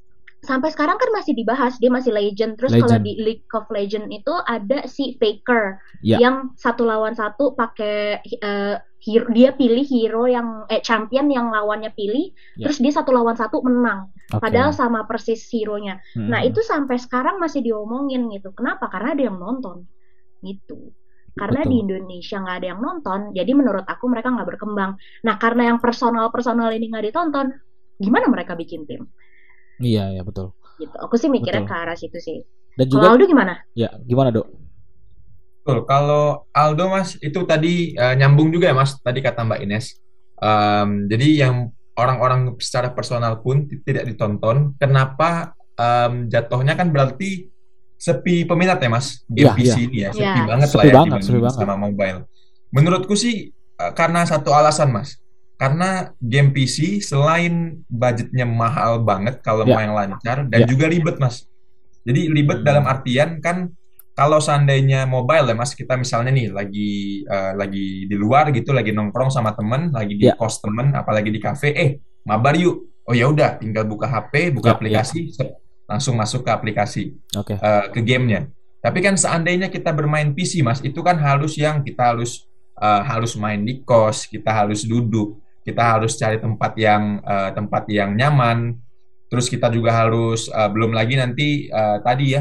sampai sekarang kan masih dibahas, dia masih legend. Terus kalau di League of Legends itu ada si Faker yang 1 lawan 1 pakai hero, dia pilih hero yang champion yang lawannya pilih, terus dia 1 lawan 1 menang. Padahal sama persis hero-nya. Nah, itu sampai sekarang masih diomongin gitu. Kenapa? Karena ada yang nonton. Gitu. Karena di Indonesia nggak ada yang nonton, jadi menurut aku mereka nggak berkembang. Nah, karena yang personal ini nggak ditonton, gimana mereka bikin tim? Iya, betul. Gitu. Aku sih mikirnya ke arah situ sih. Dan juga Aldo gimana? Ya, gimana, Dok? Betul. Kalau Aldo, Mas, itu tadi nyambung juga ya, Mas, tadi kata Mbak Ines. Jadi yang orang-orang secara personal pun tidak ditonton, kenapa jatuhnya kan berarti sepi peminat ya, Mas, game PC ini ya, sepi banget lah ya dibanding sama mobile. Menurutku sih karena satu alasan, Mas. Karena game PC selain budgetnya mahal banget kalau mau yang lancar dan juga ribet, Mas. Jadi ribet dalam artian kan kalau seandainya mobile ya, Mas, kita misalnya nih lagi di luar gitu, lagi nongkrong sama temen, lagi di kos temen, apalagi di kafe, mabar yuk. Oh ya udah, tinggal buka HP, buka aplikasi, langsung masuk ke aplikasi, ke gamenya. Tapi kan seandainya kita bermain PC, Mas, itu kan kita harus main di kos, kita harus duduk, kita harus cari tempat yang nyaman. Terus kita juga harus belum lagi nanti tadi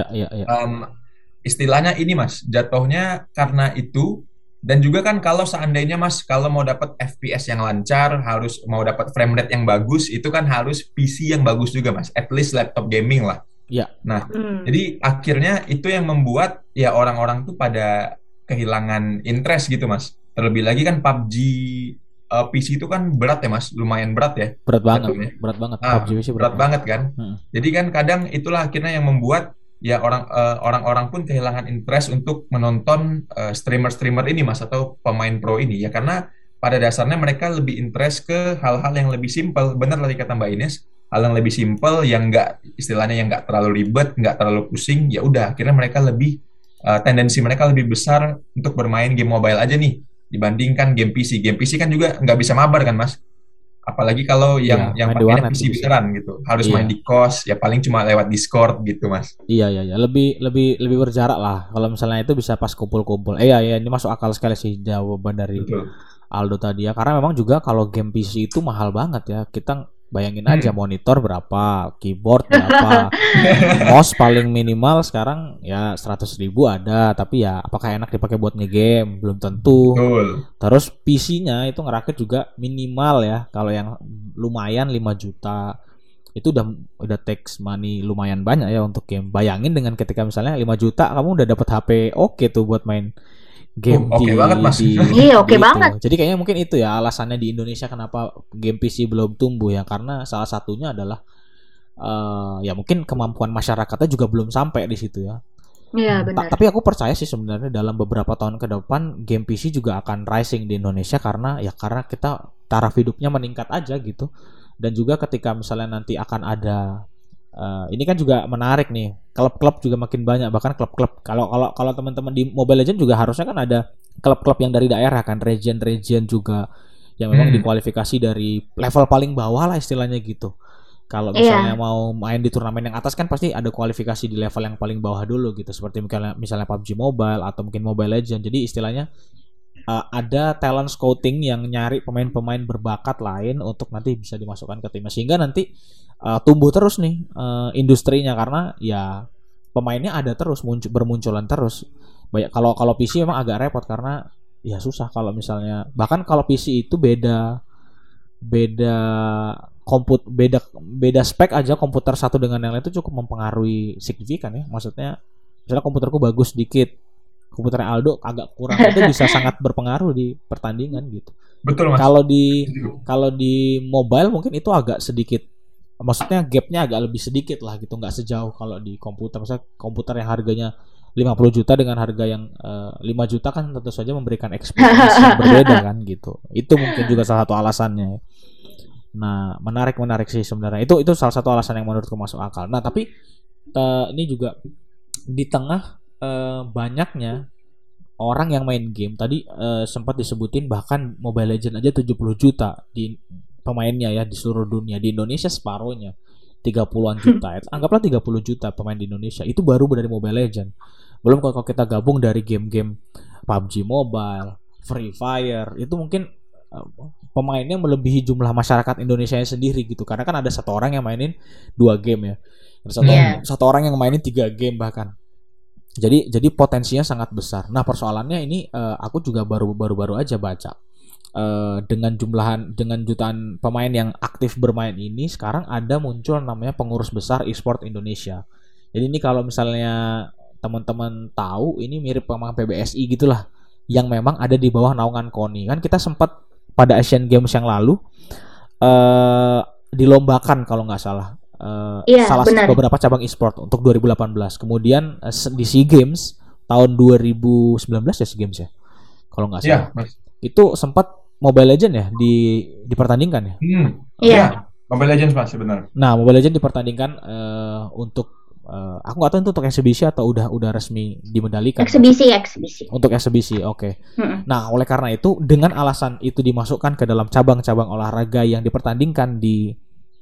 istilahnya ini, Mas, jatuhnya karena itu. Dan juga kan kalau seandainya, Mas, kalau mau dapat FPS yang lancar, mau dapat frame rate yang bagus, itu kan harus PC yang bagus juga, Mas. At least laptop gaming lah. Nah, jadi akhirnya itu yang membuat ya orang-orang tuh pada kehilangan interest gitu, Mas. Terlebih lagi kan PUBG PC itu kan berat ya, Mas, lumayan berat ya. Berat banget. PUBG PC berat banget kan. Jadi kan kadang itulah akhirnya yang membuat ya orang-orang pun kehilangan interest untuk menonton streamer-streamer ini, Mas, atau pemain pro ini ya, karena pada dasarnya mereka lebih interest ke hal-hal yang lebih simpel. Benar tadi kata Mbak Ines, hal yang lebih simpel yang istilahnya yang nggak terlalu ribet, nggak terlalu pusing. Ya udah, akhirnya mereka tendensi mereka lebih besar untuk bermain game mobile aja nih dibandingkan game PC. Game PC kan juga nggak bisa mabar kan, Mas? Apalagi kalau yang pakainya PC beneran gitu, harus main di kos, ya paling cuma lewat Discord gitu, Mas. Iya, lebih berjarak lah. Kalau misalnya itu bisa pas kumpul-kumpul. Ini masuk akal sekali sih jawaban dari Aldo tadi ya. Karena memang juga kalau game PC itu mahal banget ya. Kita bayangin aja monitor berapa, keyboard berapa, mouse paling minimal sekarang ya 100.000 ada, tapi ya apakah enak dipakai buat ngegame belum tentu. Terus PC-nya itu ngerakit juga minimal ya, kalau yang lumayan 5 juta itu udah tax money lumayan banyak ya untuk game. Bayangin dengan ketika misalnya 5 juta kamu udah dapat HP oke tuh buat main game banget, Mas. Iya, banget. Jadi kayaknya mungkin itu ya alasannya di Indonesia kenapa game PC belum tumbuh ya, karena salah satunya adalah ya mungkin kemampuan masyarakatnya juga belum sampai di situ ya. Iya, benar. Tapi aku percaya sih sebenarnya dalam beberapa tahun ke depan game PC juga akan rising di Indonesia karena kita taraf hidupnya meningkat aja gitu. Dan juga ketika misalnya nanti akan ada ini kan juga menarik nih, klub-klub juga makin banyak, bahkan klub-klub kalau teman-teman di Mobile Legends juga harusnya kan ada klub-klub yang dari daerah kan, region juga yang memang dikualifikasi dari level paling bawah lah istilahnya gitu. Kalau misalnya mau main di turnamen yang atas kan pasti ada kualifikasi di level yang paling bawah dulu gitu, seperti misalnya PUBG Mobile atau mungkin Mobile Legends. Jadi istilahnya ada talent scouting yang nyari pemain-pemain berbakat lain untuk nanti bisa dimasukkan ke timnya, sehingga nanti tumbuh terus nih industrinya, karena ya pemainnya ada terus bermunculan terus. Kalau PC memang agak repot karena ya susah kalau misalnya, bahkan kalau PC itu beda spek aja komputer satu dengan yang lain itu cukup mempengaruhi signifikan ya. Maksudnya misalnya komputerku bagus dikit, komputernya Aldo agak kurang, itu bisa sangat berpengaruh di pertandingan gitu. Betul, Mas. Kalau di mobile mungkin itu agak sedikit, maksudnya gapnya agak lebih sedikit lah gitu, nggak sejauh kalau di komputer. Misalnya komputer yang harganya 50 juta dengan harga yang 5 juta kan tentu saja memberikan experience yang berbeda kan gitu. Itu mungkin juga salah satu alasannya. Nah, menarik sih sebenarnya. Itu salah satu alasan yang menurutku masuk akal. Nah, tapi ini juga di tengah banyaknya orang yang main game tadi sempat disebutin bahkan Mobile Legends aja 70 juta di pemainnya ya di seluruh dunia. Di Indonesia separuhnya. 30-an juta. Anggaplah 30 juta pemain di Indonesia. Itu baru dari Mobile Legends. Belum kalau kita gabung dari game-game PUBG Mobile, Free Fire, itu mungkin pemainnya melebihi jumlah masyarakat Indonesia sendiri gitu. Karena kan ada satu orang yang mainin 2 game ya. Satu orang yang mainin 3 game bahkan. Jadi potensinya sangat besar. Nah, persoalannya ini aku juga baru aja baca. Dengan jutaan pemain yang aktif bermain ini, sekarang ada muncul namanya Pengurus Besar Esport Indonesia. Jadi ini kalau misalnya teman-teman tahu, ini mirip sama PBSI gitulah, yang memang ada di bawah naungan KONI. Kan kita sempat pada Asian Games yang lalu dilombakan kalau nggak salah salah satu beberapa cabang e-sport untuk 2018. Kemudian di SEA Games tahun 2019 ya, SEA Games ya kalau nggak salah, itu sempat Mobile Legends ya dipertandingkan ya. Iya, Mobile Legends Mas sebenarnya. Nah, Mobile Legends dipertandingkan untuk aku nggak tahu itu untuk eksibisi atau udah resmi dimedalikan. Eksibisi. Untuk eksibisi, oke. Nah, oleh karena itu dengan alasan itu dimasukkan ke dalam cabang-cabang olahraga yang dipertandingkan di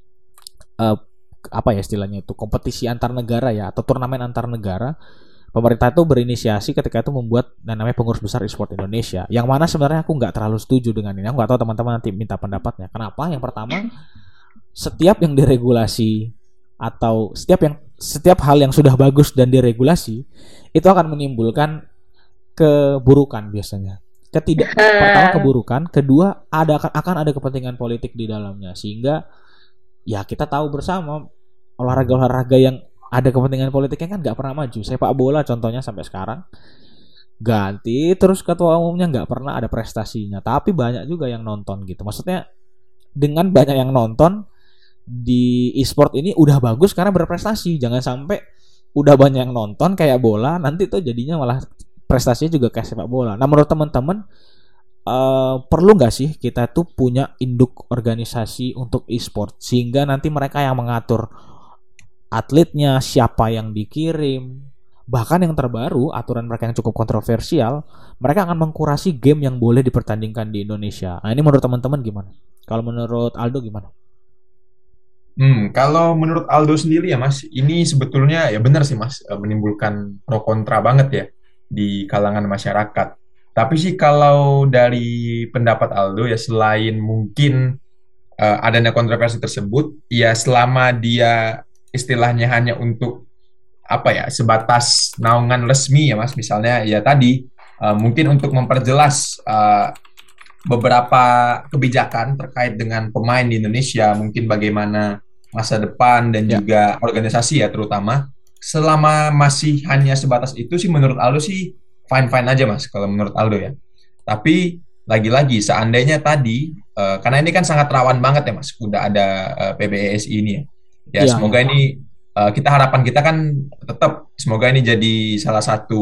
apa ya istilahnya itu, kompetisi antar negara ya, atau turnamen antar negara. Pemerintah itu berinisiasi ketika itu membuat yang namanya Pengurus Besar Esport Indonesia. Yang mana sebenarnya aku nggak terlalu setuju dengan ini. Aku nggak tahu teman-teman nanti minta pendapatnya. Kenapa? Yang pertama, setiap yang diregulasi atau setiap hal yang sudah bagus dan diregulasi itu akan menimbulkan keburukan biasanya. Pertama keburukan, kedua akan ada kepentingan politik di dalamnya, sehingga ya kita tahu bersama olahraga yang ada kepentingan politiknya kan nggak pernah maju. Sepak bola contohnya sampai sekarang ganti terus ketua umumnya, nggak pernah ada prestasinya, tapi banyak juga yang nonton gitu. Maksudnya dengan banyak yang nonton di e-sport ini udah bagus karena berprestasi. Jangan sampai udah banyak yang nonton kayak bola, nanti tuh jadinya malah prestasinya juga kayak sepak bola. Nah, menurut teman-teman perlu nggak sih kita tuh punya induk organisasi untuk e-sport, sehingga nanti mereka yang mengatur atletnya, siapa yang dikirim, bahkan yang terbaru aturan mereka yang cukup kontroversial, mereka akan mengkurasi game yang boleh dipertandingkan di Indonesia. Nah, ini menurut teman-teman gimana? Kalau menurut Aldo gimana? Kalau menurut Aldo sendiri ya Mas, ini sebetulnya ya benar sih Mas, menimbulkan pro kontra banget ya di kalangan masyarakat. Tapi sih kalau dari pendapat Aldo ya, selain mungkin adanya kontroversi tersebut, ya selama dia istilahnya hanya untuk apa ya, sebatas naungan resmi ya Mas, misalnya ya tadi mungkin untuk memperjelas beberapa kebijakan terkait dengan pemain di Indonesia, mungkin bagaimana masa depan dan juga organisasi ya terutama, selama masih hanya sebatas itu sih menurut Aldo sih fine-fine aja Mas, kalau menurut Aldo ya. Tapi lagi-lagi seandainya tadi karena ini kan sangat rawan banget ya Mas, udah ada PBESI ini ya. Semoga ini harapan kita kan tetap semoga ini jadi salah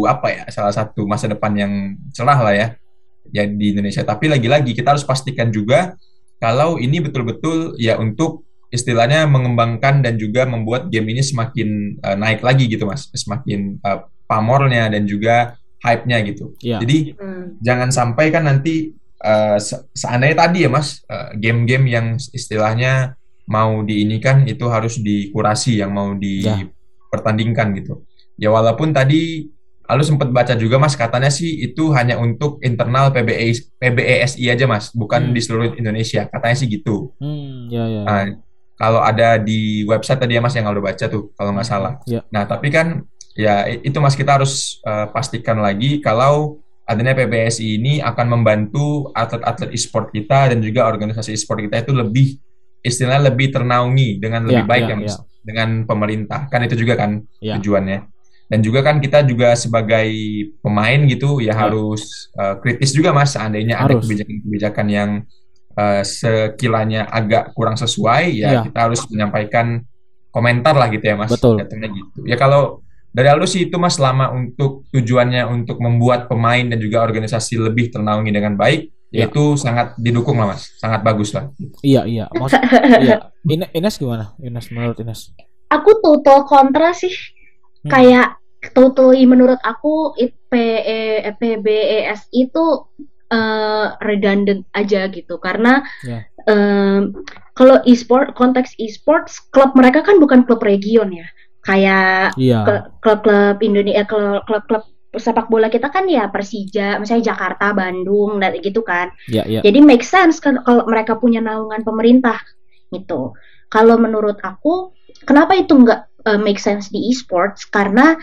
satu masa depan yang cerah lah ya di Indonesia. Tapi lagi-lagi kita harus pastikan juga kalau ini betul-betul ya untuk istilahnya mengembangkan dan juga membuat game ini semakin naik lagi gitu Mas, semakin pamornya dan juga hype-nya gitu. Jadi jangan sampai kan nanti seandainya tadi ya Mas, game-game yang istilahnya mau diinikan itu harus dikurasi, yang mau dipertandingkan gitu. Ya walaupun tadi Lalu sempat baca juga Mas, katanya sih itu hanya untuk internal PBESI aja Mas, bukan di seluruh Indonesia. Katanya sih gitu. Nah, kalau ada di website tadi ya Mas yang Aldo baca tuh, kalau nggak salah. Nah, tapi kan ya itu Mas, kita harus pastikan lagi kalau adanya PBSI ini akan membantu atlet-atlet e-sport kita dan juga organisasi e-sport kita itu istilahnya lebih ternaungi dengan lebih baik ya Mas, dengan pemerintah. Kan itu juga kan tujuannya. Dan juga kan kita juga sebagai pemain gitu ya harus kritis juga Mas, seandainya ada kebijakan-kebijakan yang sekiranya agak kurang sesuai ya kita harus menyampaikan komentar lah gitu ya Mas. Betul. Gitu. Ya kalau dari Aldo sih itu Mas, selama untuk tujuannya untuk membuat pemain dan juga organisasi lebih ternaungi dengan baik, itu sangat didukung lah Mas, sangat bagus lah. Iya. Ines gimana? Ines, menurut Ines? Aku total kontra sih. Kayak totally menurut aku PBES itu redundant aja gitu, karena kalau konteks e-sports, klub mereka kan bukan klub region ya, kayak klub-klub Indonesia, klub-klub sepak bola kita kan ya Persija, misalnya Jakarta, Bandung, dan gitu kan. Jadi make sense kan kalau mereka punya naungan pemerintah gitu. Kalau menurut aku, kenapa itu nggak make sense di e-sports? Karena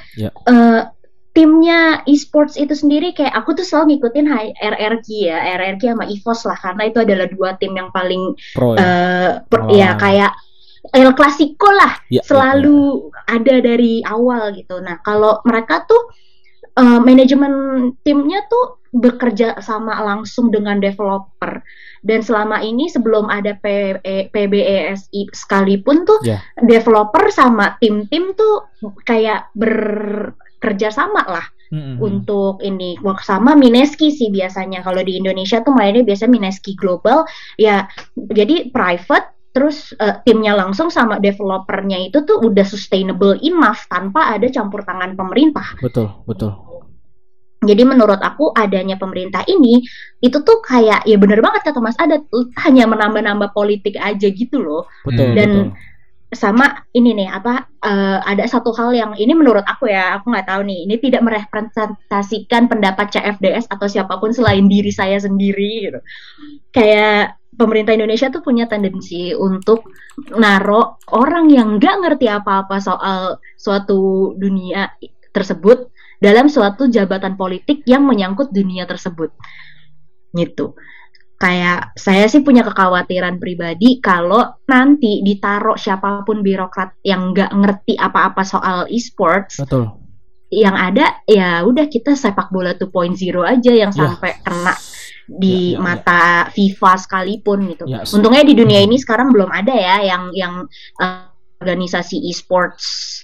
timnya e-sports itu sendiri, kayak aku tuh selalu ngikutin RRQ sama EVOS lah, karena itu adalah dua tim yang paling pro ya kayak El Clasico lah, selalu ada dari awal gitu. Nah kalau mereka tuh manajemen timnya tuh bekerja sama langsung dengan developer, dan selama ini sebelum ada PBESI sekalipun tuh developer sama tim-tim tuh kayak bekerja sama lah untuk ini. Sama Mineski sih biasanya, kalau di Indonesia tuh mainnya biasa Mineski Global ya, jadi private. Terus timnya langsung sama developernya itu tuh udah sustainable enough tanpa ada campur tangan pemerintah. Betul. Jadi menurut aku adanya pemerintah ini itu tuh kayak ya bener banget kata Mas Adat, hanya menambah-nambah politik aja gitu loh. Dan sama ini nih ada satu hal yang ini menurut aku ya, aku nggak tahu nih, ini tidak merepresentasikan pendapat CFDS atau siapapun selain diri saya sendiri gitu. Kayak pemerintah Indonesia tuh punya tendensi untuk naro orang yang nggak ngerti apa-apa soal suatu dunia tersebut dalam suatu jabatan politik yang menyangkut dunia tersebut gitu. Kayak saya sih punya kekhawatiran pribadi kalau nanti ditaruh siapapun birokrat yang nggak ngerti apa-apa soal e-sports. Yang ada ya udah kita sepak bola 2.0 aja yang sampai kena di mata FIFA sekalipun gitu. Untungnya di dunia ini sekarang belum ada ya yang organisasi e-sports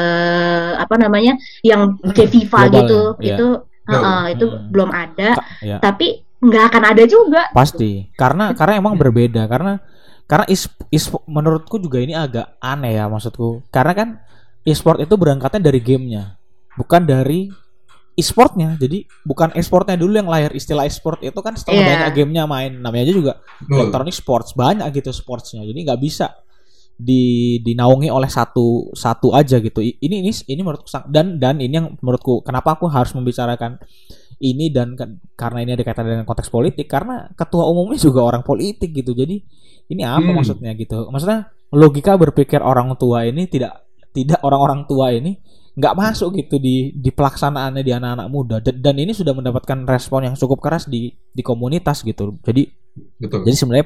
yang kayak FIFA global, gitu itu belum ada. Tapi nggak akan ada juga pasti karena emang berbeda karena menurutku juga ini agak aneh ya, maksudku karena kan e-sport itu berangkatnya dari gamenya bukan dari e-sportnya. Jadi bukan e-sportnya dulu yang lahir. Istilah e-sport itu kan setelah banyak gamenya main, namanya aja juga electronic sports, banyak gitu sportsnya. Jadi nggak bisa dinaungi oleh satu aja gitu. Ini menurutku dan ini yang menurutku kenapa aku harus membicarakan ini, dan karena ini ada kaitan dengan konteks politik, karena ketua umumnya juga orang politik gitu. Jadi ini apa maksudnya gitu? Maksudnya logika berpikir orang tua ini tidak orang-orang tua ini nggak masuk gitu di pelaksanaannya di anak-anak muda, dan ini sudah mendapatkan respon yang cukup keras di komunitas gitu. Jadi sebenarnya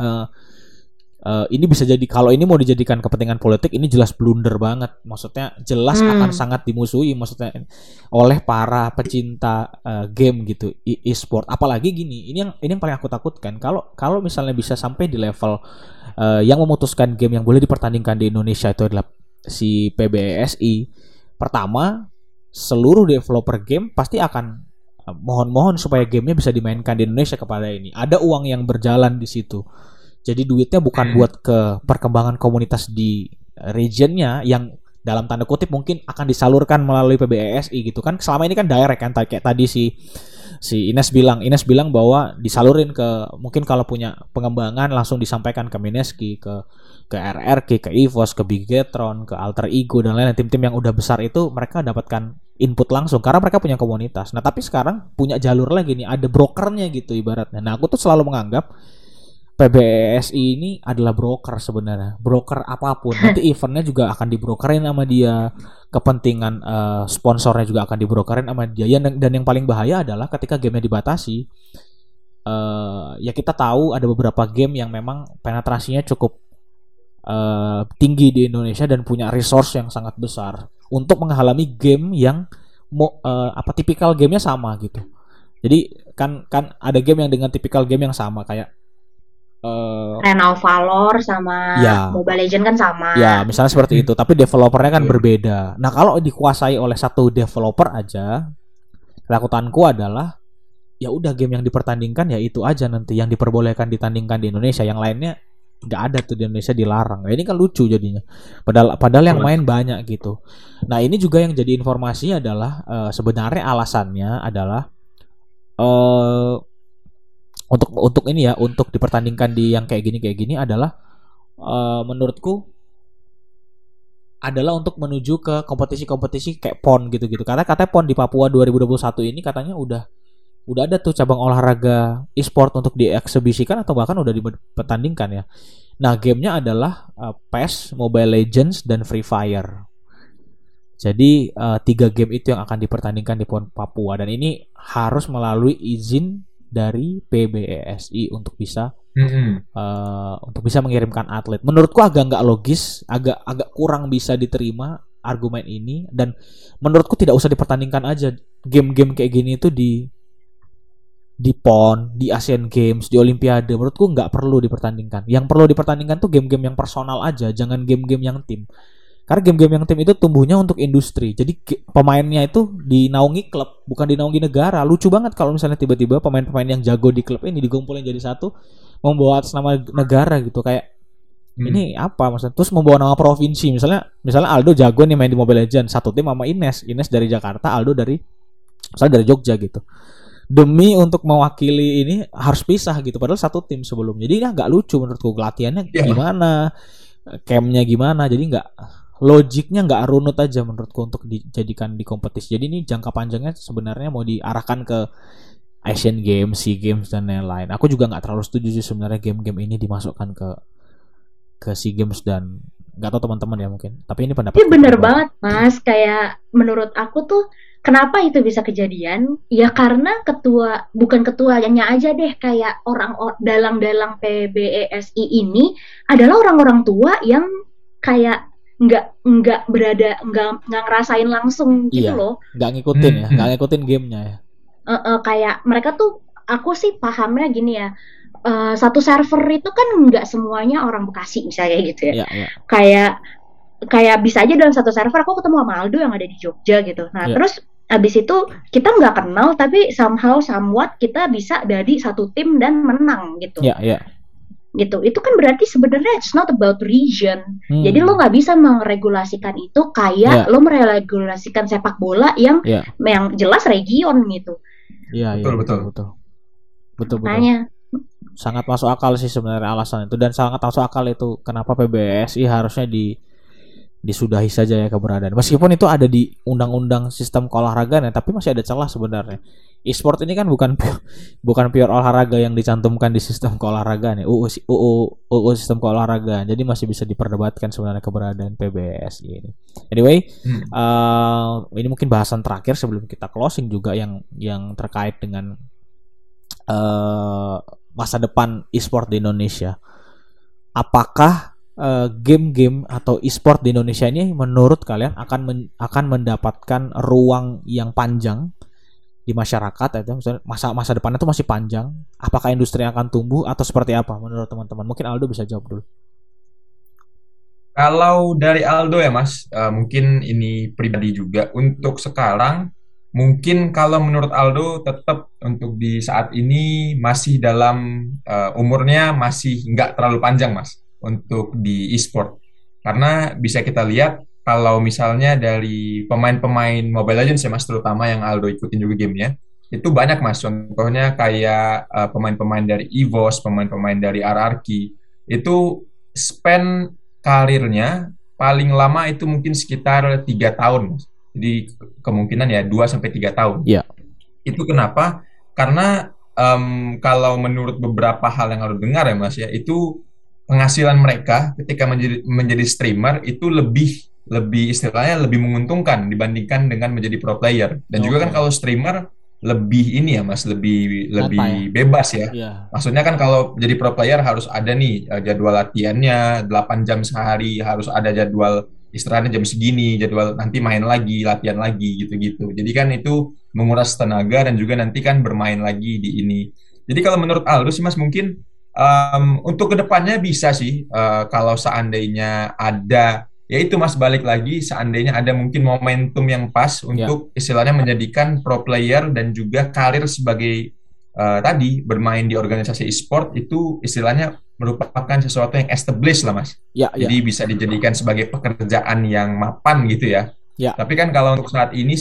ini bisa jadi, kalau ini mau dijadikan kepentingan politik, ini jelas blunder banget. Maksudnya jelas akan sangat dimusuhi maksudnya oleh para pecinta game gitu, e-sport. Apalagi gini, ini yang paling aku takutkan kalau misalnya bisa sampai di level yang memutuskan game yang boleh dipertandingkan di Indonesia itu adalah si PBESI. Pertama, seluruh developer game pasti akan mohon supaya gamenya bisa dimainkan di Indonesia kepada ini. Ada uang yang berjalan di situ. Jadi duitnya bukan buat ke perkembangan komunitas di regionnya yang dalam tanda kutip mungkin akan disalurkan melalui PBESI gitu kan. Selama ini kan direct kan, kayak tadi si Ines bilang bahwa disalurin ke, mungkin kalau punya pengembangan langsung disampaikan ke Mineski, ke RRQ, ke EVOS, ke Bigetron, ke Alter Ego dan lain-lain. Tim-tim yang udah besar itu mereka dapatkan input langsung karena mereka punya komunitas. Nah, tapi sekarang punya jalur lagi nih, ada brokernya gitu ibaratnya. Nah, aku tuh selalu menganggap PBESI ini adalah broker sebenarnya, broker apapun. Nanti eventnya juga akan dibrokerin sama dia, kepentingan sponsornya juga akan dibrokerin sama dia. Dan yang paling bahaya adalah ketika gamenya dibatasi. Ya kita tahu ada beberapa game yang memang penetrasinya cukup tinggi di Indonesia dan punya resource yang sangat besar untuk menghalangi game yang tipikal gamenya sama gitu. Jadi kan ada game yang dengan tipikal game yang sama kayak Renal Valor sama Mobile Legends kan sama. Ya, misalnya seperti itu, tapi developernya kan berbeda. Nah, kalau dikuasai oleh satu developer aja, ketakutanku adalah ya udah game yang dipertandingkan ya itu aja nanti yang diperbolehkan ditandingkan di Indonesia, yang lainnya nggak ada tuh di Indonesia, dilarang. Nah, ini kan lucu jadinya. Padahal yang main banyak gitu. Nah, ini juga yang jadi informasi adalah sebenarnya alasannya adalah untuk ini ya, untuk dipertandingkan di yang kayak gini adalah menurutku adalah untuk menuju ke kompetisi-kompetisi kayak PON gitu-gitu. Karena katanya PON di Papua 2021 ini katanya udah ada tuh cabang olahraga e-sport untuk dieksebisikan atau bahkan udah dipertandingkan ya. Nah, gamenya adalah PES, Mobile Legends, dan Free Fire. Jadi 3 game itu yang akan dipertandingkan di PON Papua, dan ini harus melalui izin dari PBESI untuk bisa mengirimkan atlet. Menurutku agak nggak logis, agak kurang bisa diterima argumen ini, dan menurutku tidak usah dipertandingkan aja game-game kayak gini itu di PON, di Asian Games, di Olimpiade. Menurutku nggak perlu dipertandingkan. Yang perlu dipertandingkan tuh game-game yang personal aja, jangan game-game yang tim. Karena game-game yang tim itu tumbuhnya untuk industri. Jadi pemainnya itu dinaungi klub, bukan dinaungi negara. Lucu banget kalau misalnya tiba-tiba pemain-pemain yang jago di klub ini dikumpulin jadi satu, membawa atas nama negara gitu. Kayak ini apa maksudnya? Terus membawa nama provinsi. Misalnya Aldo jago nih main di Mobile Legends, satu tim sama Ines dari Jakarta, Aldo dari Jogja gitu. Demi untuk mewakili ini harus pisah gitu, padahal satu tim sebelumnya. Jadi nggak lucu menurutku, latihannya gimana, campnya gimana. Jadi logiknya nggak runut aja menurutku untuk dijadikan di kompetisi. Jadi ini jangka panjangnya sebenarnya mau diarahkan ke Asian Games, SEA Games, dan lain-lain. Aku juga nggak terlalu setuju sih sebenarnya game-game ini dimasukkan ke SEA Games, dan nggak tahu teman-teman ya mungkin. Tapi ini pendapat. Iya benar banget Mas. Kayak menurut aku tuh kenapa itu bisa kejadian? Ya karena bukan ketuanya aja deh, kayak orang dalang PBESI ini adalah orang-orang tua yang kayak nggak ngerasain langsung gitu loh. Nggak ngikutin ya, nggak ngikutin gamenya ya. Kayak mereka tuh, aku sih pahamnya gini ya. Satu server itu kan nggak semuanya orang Bekasi misalnya gitu ya. Kayak bisa aja dalam satu server aku ketemu sama Aldo yang ada di Jogja gitu. Nah terus abis itu kita nggak kenal tapi somewhat kita bisa dari satu tim dan menang gitu. Gitu. Itu kan berarti sebenarnya it's not about region. Jadi lo nggak bisa meregulasikan itu kayak lo meregulasikan sepak bola yang jelas region gitu. Betul. Makanya sangat masuk akal sih sebenarnya alasan itu, dan sangat masuk akal itu kenapa PBSI harusnya disudahi saja ya keberadaan. Meskipun itu ada di undang-undang sistem keolahragaan ya, tapi masih ada celah sebenarnya. E-sport ini kan bukan pure olahraga yang dicantumkan di sistem keolahragaan ya, UU sistem keolahragaan. Jadi masih bisa diperdebatkan sebenarnya keberadaan PBSI ini. Anyway, ini mungkin bahasan terakhir sebelum kita closing juga yang terkait dengan masa depan e-sport di Indonesia. Apakah game-game atau e-sport di Indonesia ini menurut kalian akan mendapatkan ruang yang panjang di masyarakat, itu masa depannya itu masih panjang? Apakah industri akan tumbuh atau seperti apa menurut teman-teman? Mungkin Aldo bisa jawab dulu. Kalau dari Aldo ya Mas, mungkin ini pribadi juga untuk sekarang. Mungkin kalau menurut Aldo tetap untuk di saat ini masih dalam umurnya masih nggak terlalu panjang Mas untuk di e-sport. Karena bisa kita lihat kalau misalnya dari pemain-pemain Mobile Legends ya Mas, terutama yang Aldo ikutin juga gamenya, itu banyak Mas. Contohnya kayak pemain-pemain dari EVOS, pemain-pemain dari RRQ, itu spend karirnya paling lama itu mungkin sekitar 3 tahun Mas. Jadi kemungkinan ya 2-3 tahun. Itu kenapa? Karena kalau menurut beberapa hal yang Aldo dengar ya Mas ya, itu penghasilan mereka ketika menjadi streamer itu lebih istilahnya lebih menguntungkan dibandingkan dengan menjadi pro player. Dan juga kan kalau streamer lebih ini ya Mas, lebih bebas ya. Maksudnya kan kalau jadi pro player harus ada nih jadwal latihannya 8 jam sehari, harus ada jadwal istirahatnya jam segini, jadwal nanti main lagi, latihan lagi gitu-gitu. Jadi kan itu menguras tenaga dan juga nanti kan bermain lagi di ini. Jadi kalau menurut Aldo sih Mas, mungkin untuk kedepannya bisa sih kalau seandainya ada, ya itu Mas, balik lagi seandainya ada mungkin momentum yang pas untuk istilahnya menjadikan pro player dan juga karir sebagai tadi bermain di organisasi e-sport itu istilahnya merupakan sesuatu yang established lah Mas. Jadi bisa dijadikan sebagai pekerjaan yang mapan gitu ya. Tapi kan kalau untuk saat ini sih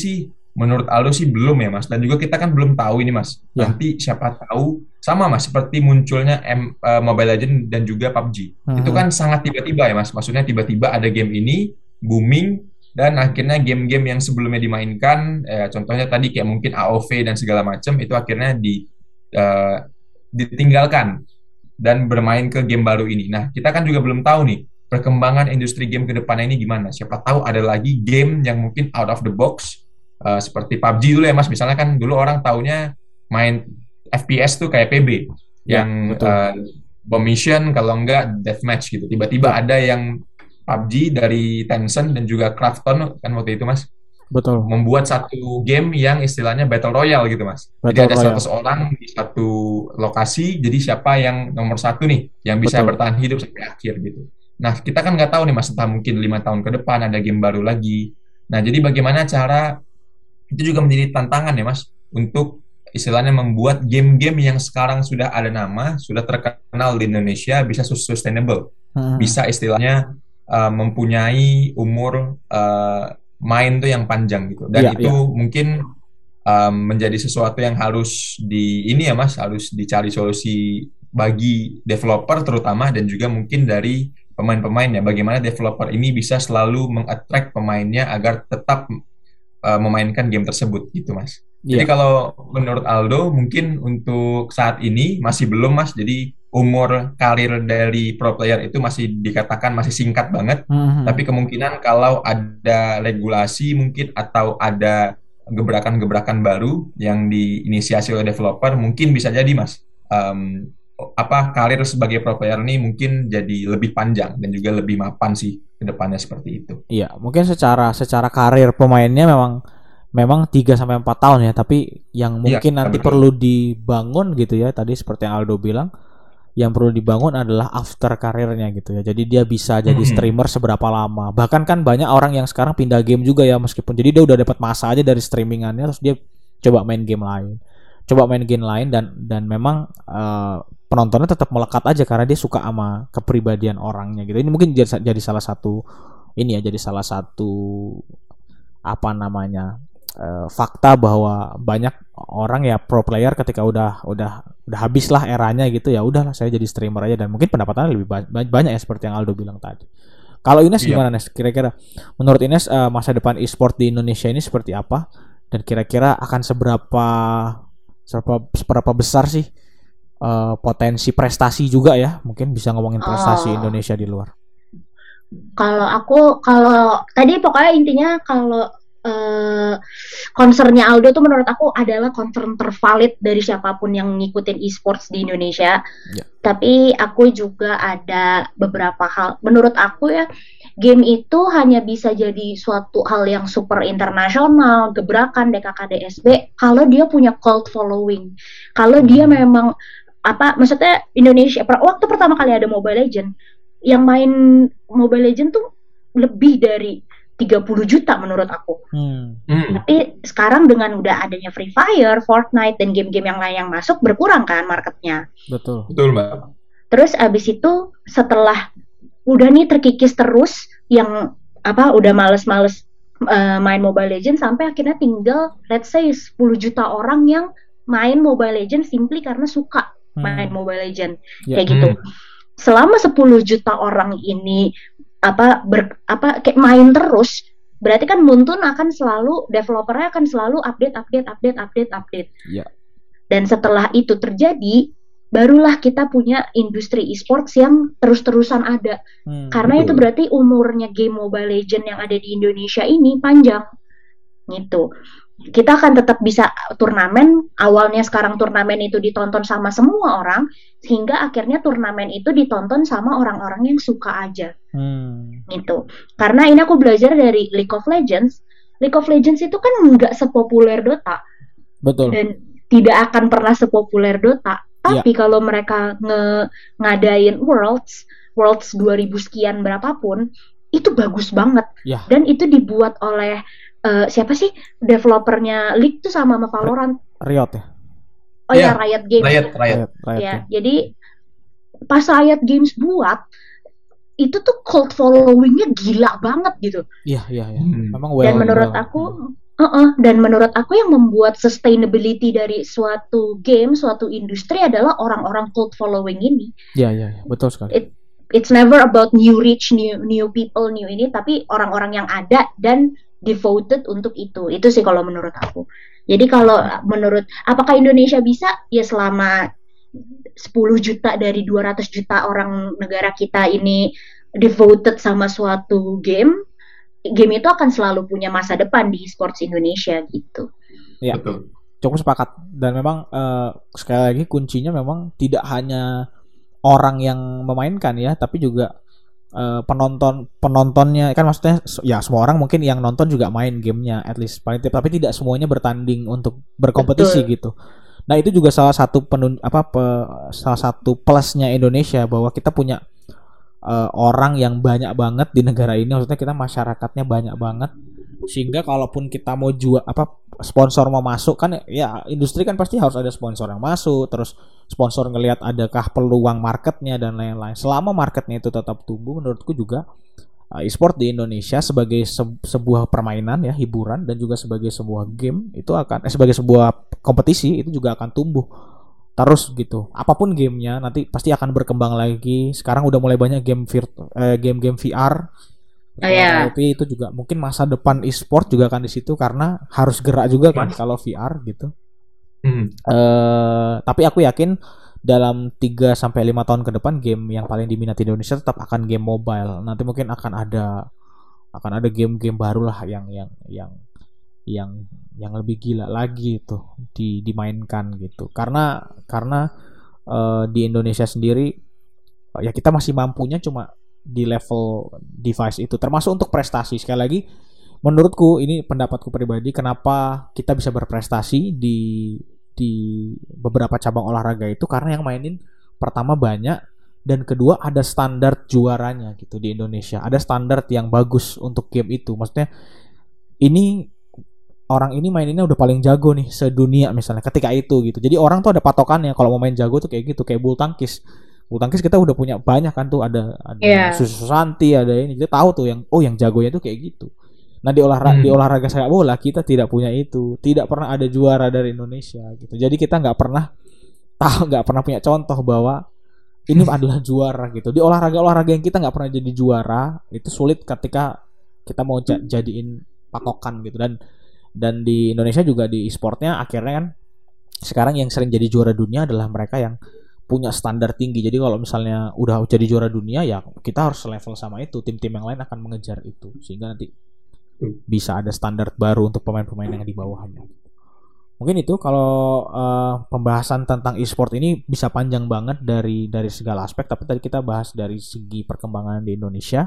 menurut Aldo sih belum ya Mas. Dan juga kita kan belum tahu ini Mas. Ya. Nanti siapa tahu sama Mas seperti munculnya Mobile Legends dan juga PUBG. Itu kan sangat tiba-tiba ya Mas. Maksudnya tiba-tiba ada game ini booming dan akhirnya game-game yang sebelumnya dimainkan, contohnya tadi kayak mungkin AoV dan segala macam itu akhirnya eh, ditinggalkan dan bermain ke game baru ini. Nah, kita kan juga belum tahu nih perkembangan industri game ke depannya ini gimana. Siapa tahu ada lagi game yang mungkin out of the box, seperti PUBG dulu ya Mas. Misalnya kan dulu orang taunya main FPS tuh kayak PB, Ya, yang betul. bomb mission kalau enggak deathmatch gitu. Tiba-tiba ada yang PUBG dari Tencent dan juga Krafton kan waktu itu Mas Betul. membuat satu game yang istilahnya battle royale gitu Mas. Jadi Battle ada Royale. 100 orang di satu lokasi, jadi siapa yang nomor satu nih yang bisa Betul. bertahan hidup sampai akhir gitu. Nah kita kan nggak tahu nih Mas, entah mungkin 5 tahun ke depan ada game baru lagi. Nah jadi bagaimana cara itu juga menjadi tantangan ya Mas untuk istilahnya membuat game-game yang sekarang sudah ada nama, sudah terkenal di Indonesia bisa sustainable, bisa istilahnya mempunyai umur main tuh yang panjang gitu. Dan Iya, itu iya. mungkin menjadi sesuatu yang harus ini ya Mas, harus dicari solusi bagi developer terutama dan juga mungkin dari pemain-pemainnya. Bagaimana developer ini bisa selalu meng-attract pemainnya agar tetap memainkan game tersebut gitu Mas. Jadi Iya. kalau menurut Aldo mungkin untuk saat ini masih belum Mas. Jadi umur karir dari pro player itu masih dikatakan masih singkat banget. Tapi kemungkinan kalau ada regulasi mungkin atau ada gebrakan-gebrakan baru yang diinisiasi oleh developer mungkin bisa jadi Mas. Karir sebagai pro player ini mungkin jadi lebih panjang dan juga lebih mapan sih ke depannya seperti itu. Iya, mungkin secara karir pemainnya memang 3 sampai 4 tahun ya, tapi yang mungkin nanti betul. perlu dibangun gitu ya, tadi seperti yang Aldo bilang, yang perlu dibangun adalah after karirnya gitu ya. Jadi dia bisa jadi streamer seberapa lama. Bahkan kan banyak orang yang sekarang pindah game juga ya, meskipun jadi dia udah dapat masa aja dari streamingannya terus dia coba main game lain. Dan memang penontonnya tetap melekat aja karena dia suka sama kepribadian orangnya gitu. Ini mungkin jadi salah satu apa namanya fakta bahwa banyak orang ya pro player ketika udah habis lah eranya gitu ya udahlah saya jadi streamer aja dan mungkin pendapatannya lebih banyak ya seperti yang Aldo bilang tadi. Kalau Ines gimana Nes? Kira-kira menurut Ines masa depan e-sport di Indonesia ini seperti apa dan kira-kira akan seberapa besar sih potensi prestasi juga ya, mungkin bisa ngomongin prestasi Indonesia di luar. Kalau tadi pokoknya intinya kalau concernnya Aldo tuh menurut aku adalah concern tervalid dari siapapun yang ngikutin e-sports di Indonesia. Tapi aku juga ada beberapa hal. Menurut aku ya, game itu hanya bisa jadi suatu hal yang super internasional, gebrakan DKKDSB kalau dia punya cult following. Kalau dia memang maksudnya Indonesia waktu pertama kali ada Mobile Legends, yang main Mobile Legends tuh lebih dari 30 juta menurut aku. Tapi sekarang dengan udah adanya Free Fire, Fortnite dan game-game yang lain yang masuk berkurang kan marketnya. Betul Mbak. Terus abis itu setelah udah nih terkikis terus yang udah males-males main Mobile Legends sampai akhirnya tinggal let's say 10 juta orang yang main Mobile Legends simply karena suka main Mobile Legends kayak gitu. Selama 10 juta orang ini kayak main terus, berarti kan Muntun akan selalu developernya akan selalu update. Dan setelah itu terjadi, barulah kita punya industri e-sports yang terus-terusan ada. Karena itu berarti umurnya game Mobile Legends yang ada di Indonesia ini panjang. Gitu. Kita akan tetap bisa turnamen, awalnya sekarang turnamen itu ditonton sama semua orang, sehingga akhirnya turnamen itu ditonton sama orang-orang yang suka aja. Gitu. Karena ini aku belajar dari League of Legends. League of Legends itu kan nggak sepopuler Dota. Betul. Dan tidak akan pernah sepopuler Dota. Tapi kalau mereka ngadain Worlds 2000 sekian berapapun, itu bagus banget. Dan itu dibuat oleh siapa sih developernya League tuh sama Valorant? Riot ya? Oh ya, Riot Games. Riot ya. Jadi pas Riot Games buat itu tuh cult followingnya gila banget gitu. Iya. Memang dan menurut aku Dan menurut aku yang membuat sustainability dari suatu game, suatu industri adalah orang-orang cult following ini. Ya, betul sekali. It's never about new reach, new people, new ini, tapi orang-orang yang ada dan devoted untuk itu. Itu sih kalau menurut aku. Jadi kalau menurut, apakah Indonesia bisa? Ya selama 10 juta dari 200 juta orang negara kita ini devoted sama suatu game itu akan selalu punya masa depan di sports Indonesia gitu. Ya, betul. Cukup sepakat. Dan memang sekali lagi kuncinya memang tidak hanya orang yang memainkan ya, tapi juga penontonnya kan, maksudnya ya semua orang mungkin yang nonton juga main gamenya at least paling, tapi tidak semuanya bertanding untuk berkompetisi. Betul. Gitu. Nah itu juga salah satu salah satu plusnya Indonesia, bahwa kita punya orang yang banyak banget di negara ini, maksudnya kita masyarakatnya banyak banget, sehingga kalaupun kita mau jual sponsor mau masuk kan ya, industri kan pasti harus ada sponsor yang masuk, terus sponsor ngelihat adakah peluang marketnya dan lain-lain. Selama marketnya itu tetap tumbuh, menurutku juga e-sport di Indonesia sebagai sebuah permainan ya, hiburan, dan juga sebagai sebuah game itu akan sebagai sebuah kompetisi itu juga akan tumbuh terus gitu. Apapun gamenya nanti pasti akan berkembang lagi. Sekarang udah mulai banyak game-game VR. Tapi itu juga mungkin masa depan e-sport juga akan di situ, karena harus gerak juga kan kalau VR gitu. Tapi aku yakin dalam 3 sampai 5 tahun ke depan game yang paling diminati di Indonesia tetap akan game mobile. Nanti mungkin akan ada game-game baru lah yang lebih gila lagi itu dimainkan gitu. Karena di Indonesia sendiri ya kita masih mampunya cuma di level device itu, termasuk untuk prestasi. Sekali lagi menurutku, ini pendapatku pribadi, kenapa kita bisa berprestasi di beberapa cabang olahraga itu karena yang mainin pertama banyak, dan kedua ada standar juaranya gitu. Di Indonesia ada standar yang bagus untuk game itu, maksudnya ini orang ini maininnya udah paling jago nih sedunia misalnya ketika itu gitu. Jadi orang tuh ada patokannya kalau mau main jago tuh kayak gitu. Kayak bulu tangkis kita udah punya banyak kan tuh, ada Susi Susanti, ada ini, kita tahu tuh yang jagonya tuh kayak gitu. Nah di olahraga sepak bola kita tidak punya itu, tidak pernah ada juara dari Indonesia gitu. Jadi kita nggak pernah punya contoh bahwa ini adalah juara gitu. Di olahraga yang kita nggak pernah jadi juara, itu sulit ketika kita mau jadiin patokan gitu. Dan di Indonesia juga di e-sportnya akhirnya kan sekarang yang sering jadi juara dunia adalah mereka yang punya standar tinggi. Jadi kalau misalnya udah jadi juara dunia ya kita harus level sama itu. Tim-tim yang lain akan mengejar itu, sehingga nanti bisa ada standar baru untuk pemain-pemain yang di bawahnya. Mungkin itu kalau pembahasan tentang e-sport ini bisa panjang banget dari segala aspek, tapi tadi kita bahas dari segi perkembangan di Indonesia.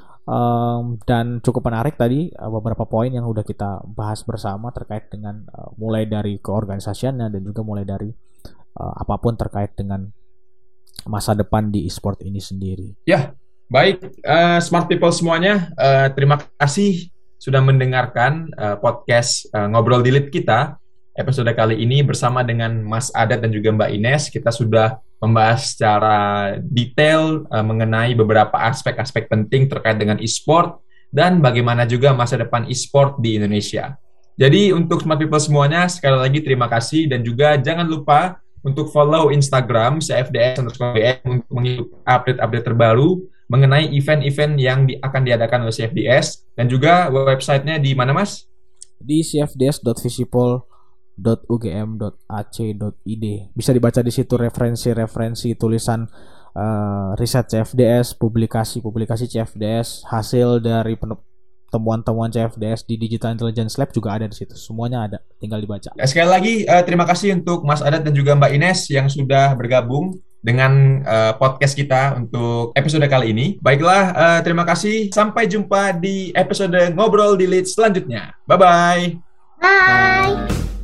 Dan cukup menarik tadi beberapa poin yang udah kita bahas bersama terkait dengan mulai dari keorganisasiannya dan juga mulai dari apapun terkait dengan masa depan di e-sport ini sendiri. Ya, baik smart people semuanya, terima kasih sudah mendengarkan podcast Ngobrol di Lead kita. Episode kali ini bersama dengan Mas Adat dan juga Mbak Ines, kita sudah membahas secara detail mengenai beberapa aspek-aspek penting terkait dengan e-sport dan bagaimana juga masa depan e-sport di Indonesia. Jadi untuk smart people semuanya, sekali lagi terima kasih, dan juga jangan lupa untuk follow Instagram CFDS_BM untuk mengikuti update-update terbaru mengenai event-event yang akan diadakan oleh CFDS, dan juga websitenya di mana, Mas? Di cfds.visipol.ugm.ac.id. Bisa dibaca di situ referensi tulisan riset CFDS, publikasi CFDS, hasil dari temuan-temuan CFDS di Digital Intelligence Lab juga ada di situ. Semuanya ada, tinggal dibaca. Sekali lagi terima kasih untuk Mas Adat dan juga Mbak Ines yang sudah bergabung dengan podcast kita untuk episode kali ini. Baiklah, terima kasih. Sampai jumpa di episode Ngobrol di Lead selanjutnya. Bye-bye. Bye.